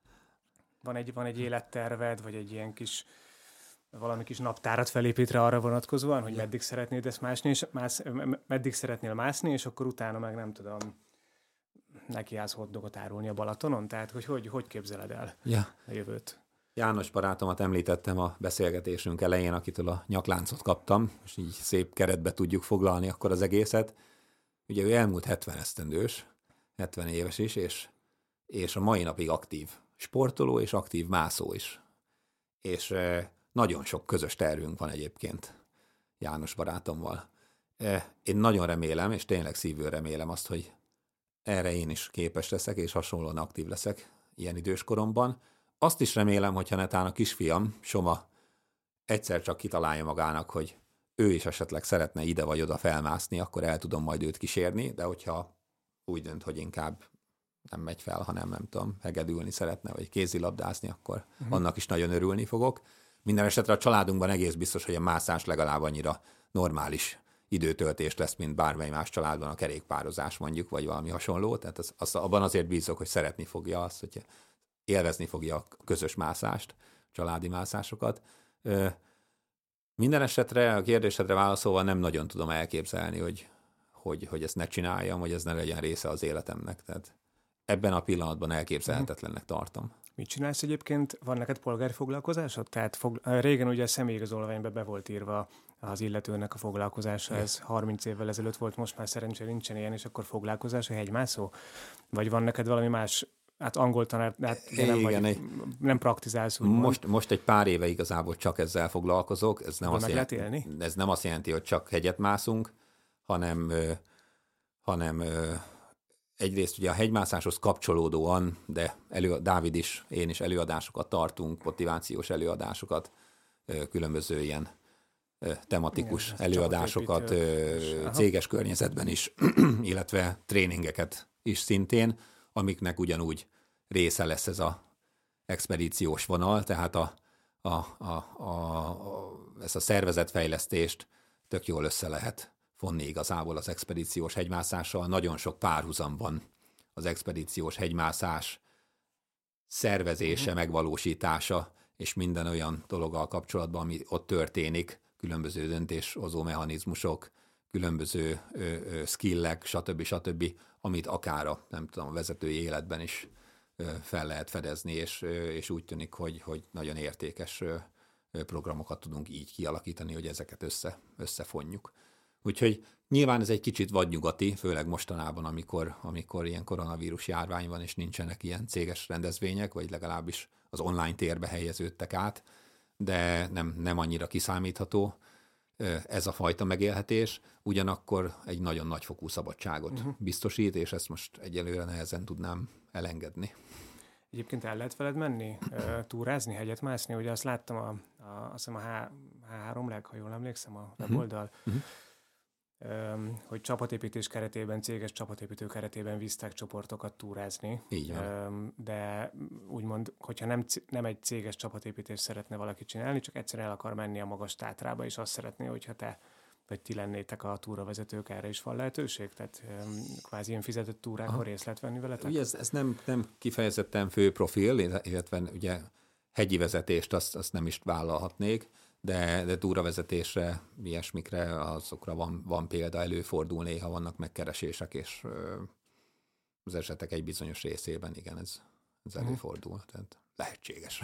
van egy életterved, vagy egy ilyen valami kis naptárat felépítre arra vonatkozóan, hogy meddig szeretnéd ezt mászni, és meddig szeretnél mászni, és akkor utána meg nem tudom, nekiállsz hotdogot árulni a Balatonon? Tehát, hogy képzeled el a jövőt? János barátomat említettem a beszélgetésünk elején, akitől a nyakláncot kaptam, és így szép keretbe tudjuk foglalni akkor az egészet. Ugye ő elmúlt 70 esztendős, 70 éves is, és a mai napig aktív sportoló és aktív mászó is. És nagyon sok közös tervünk van egyébként János barátommal. Én nagyon remélem, és tényleg szívből remélem azt, hogy erre én is képes leszek, és hasonlóan aktív leszek ilyen időskoromban. Azt is remélem, hogyha netán a kisfiam, Soma, egyszer csak kitalálja magának, hogy ő is esetleg szeretne ide vagy oda felmászni, akkor el tudom majd őt kísérni, de hogyha úgy dönt, hogy inkább nem megy fel, hanem nem tudom, hegedülni szeretne, vagy kézilabdázni, akkor annak is nagyon örülni fogok. Minden esetre a családunkban egész biztos, hogy a mászás legalább annyira normális időtöltés lesz, mint bármely más családban a kerékpározás mondjuk, vagy valami hasonló. Tehát abban azért bízok, hogy szeretni fogja azt, hogy élvezni fogja a közös mászást, családi mászásokat. Minden esetre a kérdésedre válaszolva nem nagyon tudom elképzelni, hogy ezt ne csináljam, hogy ez ne legyen része az életemnek. Tehát ebben a pillanatban elképzelhetetlennek tartom. Mit csinálsz egyébként? Van neked polgári foglalkozásod? Tehát régen ugye személyigazolványba be volt írva az illetőnek a foglalkozása, ez 30 évvel ezelőtt volt, most már szerencsére nincsen ilyen, és akkor foglalkozás a hegymászó? Vagy van neked valami más, hát angol tanár, hát nem praktizálsz? Most egy pár éve igazából csak ezzel foglalkozok. Ez nem azt jelenti, hogy csak hegyet mászunk, hanem egyrészt ugye a hegymászáshoz kapcsolódóan, de Dávid is, én is előadásokat tartunk, motivációs előadásokat, különböző ilyen tematikus előadásokat céges környezetben is, illetve tréningeket is szintén, amiknek ugyanúgy része lesz ez a expedíciós vonal, tehát ezt a szervezetfejlesztést tök jól össze lehet vonni igazából az expedíciós hegymászással. Nagyon sok párhuzam van az expedíciós hegymászás szervezése, megvalósítása, és minden olyan dologgal kapcsolatban, ami ott történik, különböző döntéshozó mechanizmusok, különböző skillek, stb., amit akár a vezetői életben is fel lehet fedezni, és úgy tűnik, hogy nagyon értékes programokat tudunk így kialakítani, hogy ezeket összefonjuk. Úgyhogy nyilván ez egy kicsit vadnyugati, főleg mostanában, amikor ilyen koronavírus járvány van, és nincsenek ilyen céges rendezvények, vagy legalábbis az online térbe helyeződtek át, de nem annyira kiszámítható ez a fajta megélhetés, ugyanakkor egy nagyon nagyfokú szabadságot biztosít, és ezt most egyelőre nehezen tudnám elengedni. Egyébként el lehet veled menni, túrázni, hegyet mászni? Ugye azt láttam azt hiszem a H3 ha jól emlékszem, a weboldal, hogy csapatépítés keretében, céges csapatépítő keretében visztek csoportokat túrázni. Így van. De úgymond, hogyha nem egy céges csapatépítést szeretne valaki csinálni, csak egyszerűen el akar menni a Magas-Tátrába, és azt szeretné, hogyha te vagy ti lennétek a túravezetők, erre is van lehetőség? Tehát kvázi ilyen fizetett túrákon részt lehet venni veletek? Ugye ez nem kifejezetten fő profil, illetve ugye hegyi vezetést azt nem is vállalhatnék, de túravezetésre, ilyesmikre, azokra van példa, előfordul, néha vannak megkeresések, és az esetek egy bizonyos részében, igen, ez előfordul, tehát lehetséges.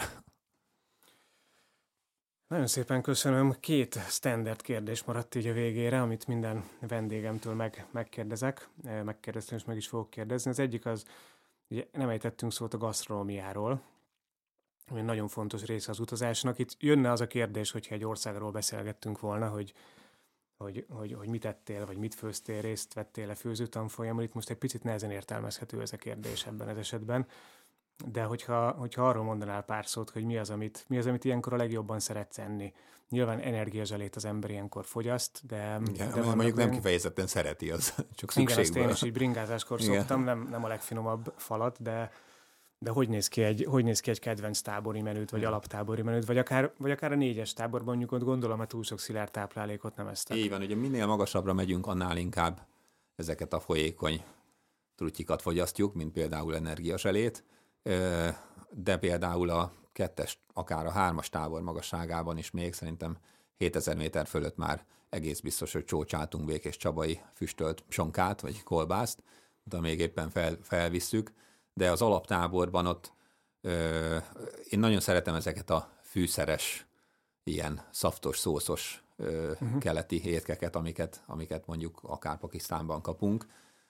Nagyon szépen köszönöm. 2 standard kérdés maradt így a végére, amit minden vendégemtől megkérdeztem, és meg is fogok kérdezni. Az egyik az, ugye nem ejtettünk szót a gasztronómiáról, ami nagyon fontos része az utazásnak. Itt jönne az a kérdés, hogyha egy országról beszélgettünk volna, hogy mit ettél, vagy mit főztél, részt vettél-e főzőtanfolyamon. Itt most egy picit nehezen értelmezhető ez a kérdés ebben az esetben. De hogyha arról mondanál pár szót, hogy mi az, amit ilyenkor a legjobban szeretsz enni. Nyilván energiazselét az ember ilyenkor fogyaszt, de mondjuk nem kifejezetten szereti, az csak szükségből. Igen, ezt én is így bringázáskor szoktam, nem a legfinomabb falat, de hogy néz ki egy kedvenc tábori menüt, vagy alaptábori menüt, vagy akár a 4-es táborban, mondjuk ott gondolom, hogy túl sok szilárd táplálékot nem esztek. Így van, ugye minél magasabbra megyünk, annál inkább ezeket a folyékony trutyikat fogyasztjuk, mint például energiazselét, de például a 2-es, akár a 3-as tábor magasságában is még szerintem 7000 méter fölött már egész biztos, hogy csócsáltunk Békés Csabai füstölt sonkát, vagy kolbászt, de még éppen felvisszük, de az alaptáborban ott én nagyon szeretem ezeket a fűszeres, ilyen szaftos, szószos keleti étkeket, amiket mondjuk akár Pakisztánban kapunk,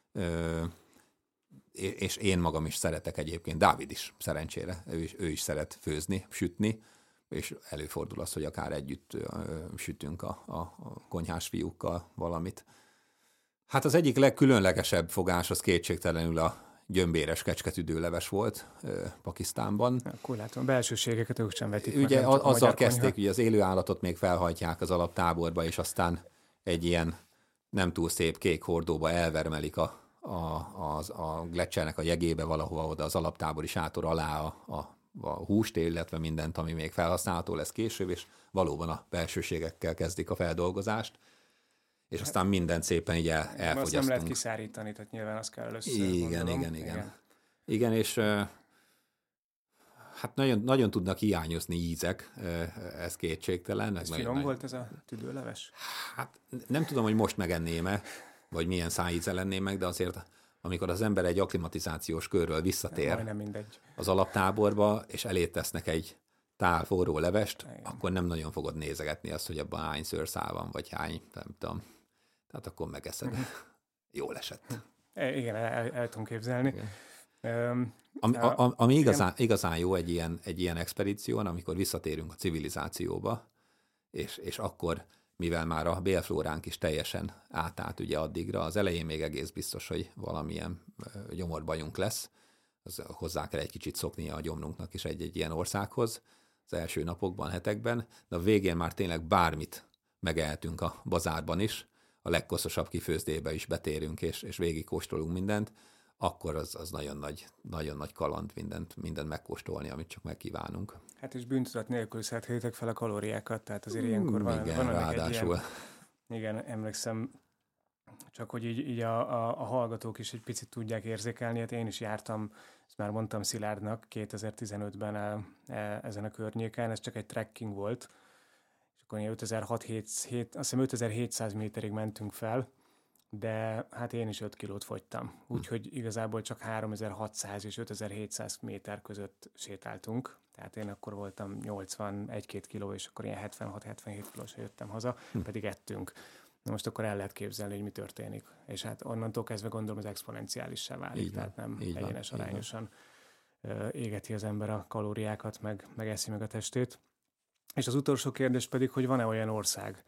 és én magam is szeretek egyébként, Dávid is szerencsére, ő is szeret főzni, sütni, és előfordul az, hogy akár együtt sütünk a konyhás fiúkkal valamit. Hát az egyik legkülönlegesebb fogás az kétségtelenül a gyömbéres kecsketüdőleves volt Pakisztánban. Akkor látom, a belsőségeket ők sem vetik. Ugye azzal kezdték, hogy az élő állatot még felhajtják az alaptáborba, és aztán egy ilyen nem túl szép kék hordóba elvermelik a gletszernek a jegébe valahova oda az alaptábori sátor alá a húst, illetve mindent, ami még felhasználható lesz később, és valóban a belsőségekkel kezdik a feldolgozást, és aztán mindent szépen így elfogyasztunk. Azt nem lehet kiszárítani, tehát nyilván azt kell először. Igen, és hát nagyon, nagyon tudnak hiányozni ízek, ez kétségtelen. Ez finom volt ez a tüdőleves? Hát nem tudom, hogy most megenném-e, vagy milyen szájíze lenné meg, de azért, amikor az ember egy akklimatizációs körről visszatér az alaptáborba, és elé tesznek egy tál forró levest, igen, akkor nem nagyon fogod nézegetni azt, hogy abban hány szőrszál van, vagy hány, nem tudom. Tehát akkor megeszed. Jól esett. Igen, el tudom képzelni. Ami igazán jó egy ilyen expedíción, amikor visszatérünk a civilizációba, és akkor, mivel már a bélflóránk is teljesen átállt ugye addigra, az elején még egész biztos, hogy valamilyen gyomorbajunk lesz, az hozzá kell egy kicsit szoknia a gyomrunknak is egy ilyen országhoz az első napokban, hetekben, de a végén már tényleg bármit megehetünk a bazárban is, a legkoszosabb kifőzdébe is betérünk, és végigkóstolunk mindent, akkor az nagyon nagy kaland mindent megkóstolni, amit csak megkívánunk. Hát és bűntudat nélkül szedhetitek fel a kalóriákat, tehát azért ilyenkor van ráadásul. Igen, emlékszem, csak hogy így a hallgatók is egy picit tudják érzékelni, hát én is jártam, ezt már mondtam Szilárdnak 2015-ben ezen a környéken, ez csak egy trekking volt, és akkor 5700 méterig mentünk fel, de hát én is 5 kilót fogytam. Úgyhogy igazából csak 3600 és 5700 méter között sétáltunk. Tehát én akkor voltam 81-2 kiló, és akkor ilyen 76-77 kilósra jöttem haza, pedig ettünk. Na most akkor el lehet képzelni, hogy mi történik. És hát onnantól kezdve gondolom az exponenciálissá válik, tehát nem egyenes arányosan égeti az ember a kalóriákat, meg eszi meg a testét. És az utolsó kérdés pedig, hogy van-e olyan ország,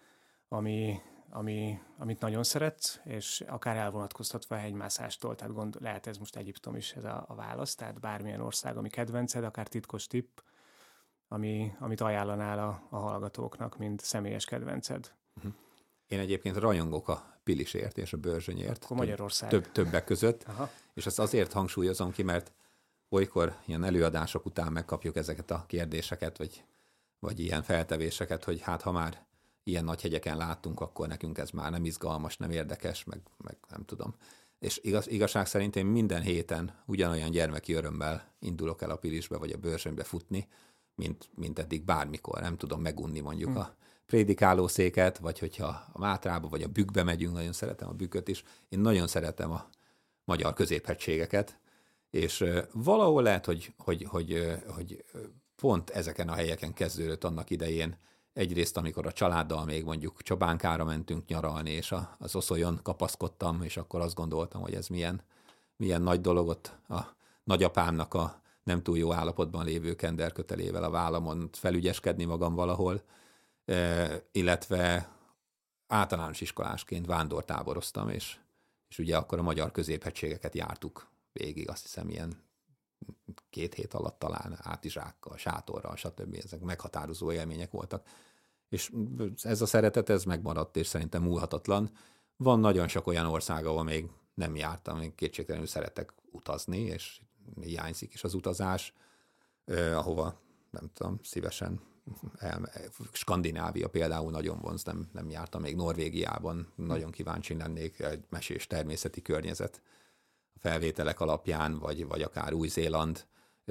amit nagyon szeretsz, és akár elvonatkoztatva a hegymászástól, tehát lehet ez most Egyiptom is ez a válasz, tehát bármilyen ország, ami kedvenced, akár titkos tipp, amit ajánlanál a hallgatóknak, mint személyes kedvenced. Én egyébként rajongok a Pilisért és a Börzsönyért. Akkor Magyarország. Többek között, aha, és ezt azért hangsúlyozom ki, mert olykor ilyen előadások után megkapjuk ezeket a kérdéseket, vagy ilyen feltevéseket, hogy hát ha már ilyen nagy hegyeken láttunk, akkor nekünk ez már nem izgalmas, nem érdekes, meg nem tudom. És igazság szerint én minden héten ugyanolyan gyermeki örömmel indulok el a Pilisbe vagy a Börzsönybe futni, mint eddig bármikor. Nem tudom megunni mondjuk a prédikálószéket, vagy hogyha a Mátrába vagy a Bükkbe megyünk, nagyon szeretem a Bükköt is. Én nagyon szeretem a magyar középhegységeket, és valahol lehet, hogy pont ezeken a helyeken kezdődött annak idején. Egyrészt, amikor a családdal még mondjuk Csobánkára mentünk nyaralni, és az Oszolyon kapaszkodtam, és akkor azt gondoltam, hogy ez milyen nagy dolog ott a nagyapámnak a nem túl jó állapotban lévő kenderkötelével a vállamon felügyeskedni magam valahol, illetve általános iskolásként vándortáboroztam, és ugye akkor a magyar középhegységeket jártuk végig, azt hiszem ilyen 2 hét alatt talán átizsákkal, sátorral, stb. Ezek meghatározó élmények voltak. És ez a szeretet, ez megmaradt, és szerintem múlhatatlan. Van nagyon sok olyan ország, ahol még nem jártam, én kétségtelenül szeretek utazni, és hiányzik is az utazás, ahova, nem tudom, szívesen Skandinávia például nagyon vonz, nem jártam még Norvégiában, nagyon kíváncsi lennék, egy mesés természeti környezet a felvételek alapján, vagy akár Új-Zéland,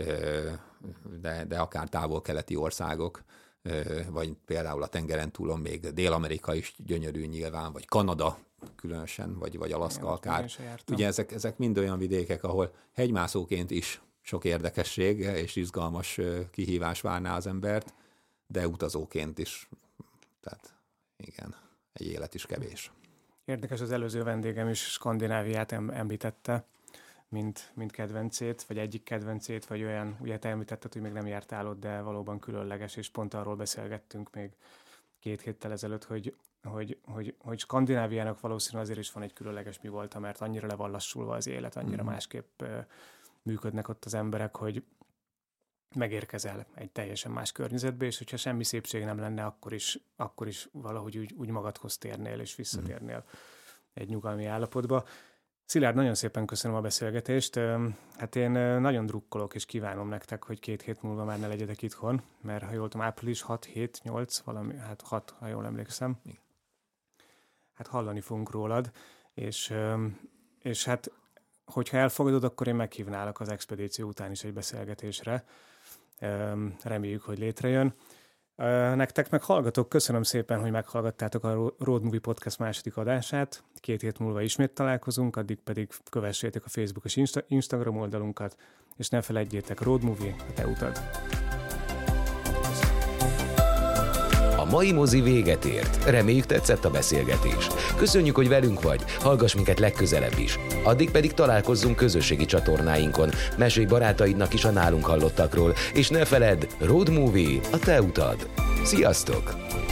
de akár távol-keleti országok, vagy például a tengeren túlon még Dél-Amerika is gyönyörű nyilván, vagy Kanada különösen, vagy Alaszka akár. Ugye ezek mind olyan vidékek, ahol hegymászóként is sok érdekesség és izgalmas kihívás várná az embert, de utazóként is, tehát igen, egy élet is kevés. Érdekes, az előző vendégem is Skandináviát említette, mint kedvencét, vagy egyik kedvencét, vagy olyan, ugye te említetted, hogy még nem jártál ott, de valóban különleges, és pont arról beszélgettünk még 2 héttel ezelőtt, hogy Skandináviának valószínűleg azért is van egy különleges mi volta, mert annyira le van lassulva az élet, annyira másképp működnek ott az emberek, hogy megérkezel egy teljesen más környezetbe, és hogyha semmi szépség nem lenne, akkor is valahogy úgy magadhoz térnél, és visszatérnél egy nyugalmi állapotba. Szilárd, nagyon szépen köszönöm a beszélgetést. Hát én nagyon drukkolok, és kívánom nektek, hogy 2 hét múlva már ne legyetek itthon, mert ha jól tudom, április 6, 7, 8, valami, hát 6, ha jól emlékszem. Igen. Hát hallani fogunk rólad, és hát hogyha elfogadod, akkor én meghívnálak az expedíció után is egy beszélgetésre. Reméljük, hogy létrejön. Nektek meg hallgatók, köszönöm szépen, hogy meghallgattátok a Road Movie Podcast második adását. 2 hét múlva ismét találkozunk, addig pedig kövessétek a Facebook és Instagram oldalunkat, és ne feledjétek, Road Movie, a te utad. A mai mozi véget ért. Reméljük tetszett a beszélgetés. Köszönjük, hogy velünk vagy, hallgass minket legközelebb is. Addig pedig találkozzunk közösségi csatornáinkon, mesélj barátaidnak is a nálunk hallottakról, és ne feledd, Road Movie, a te utad. Sziasztok!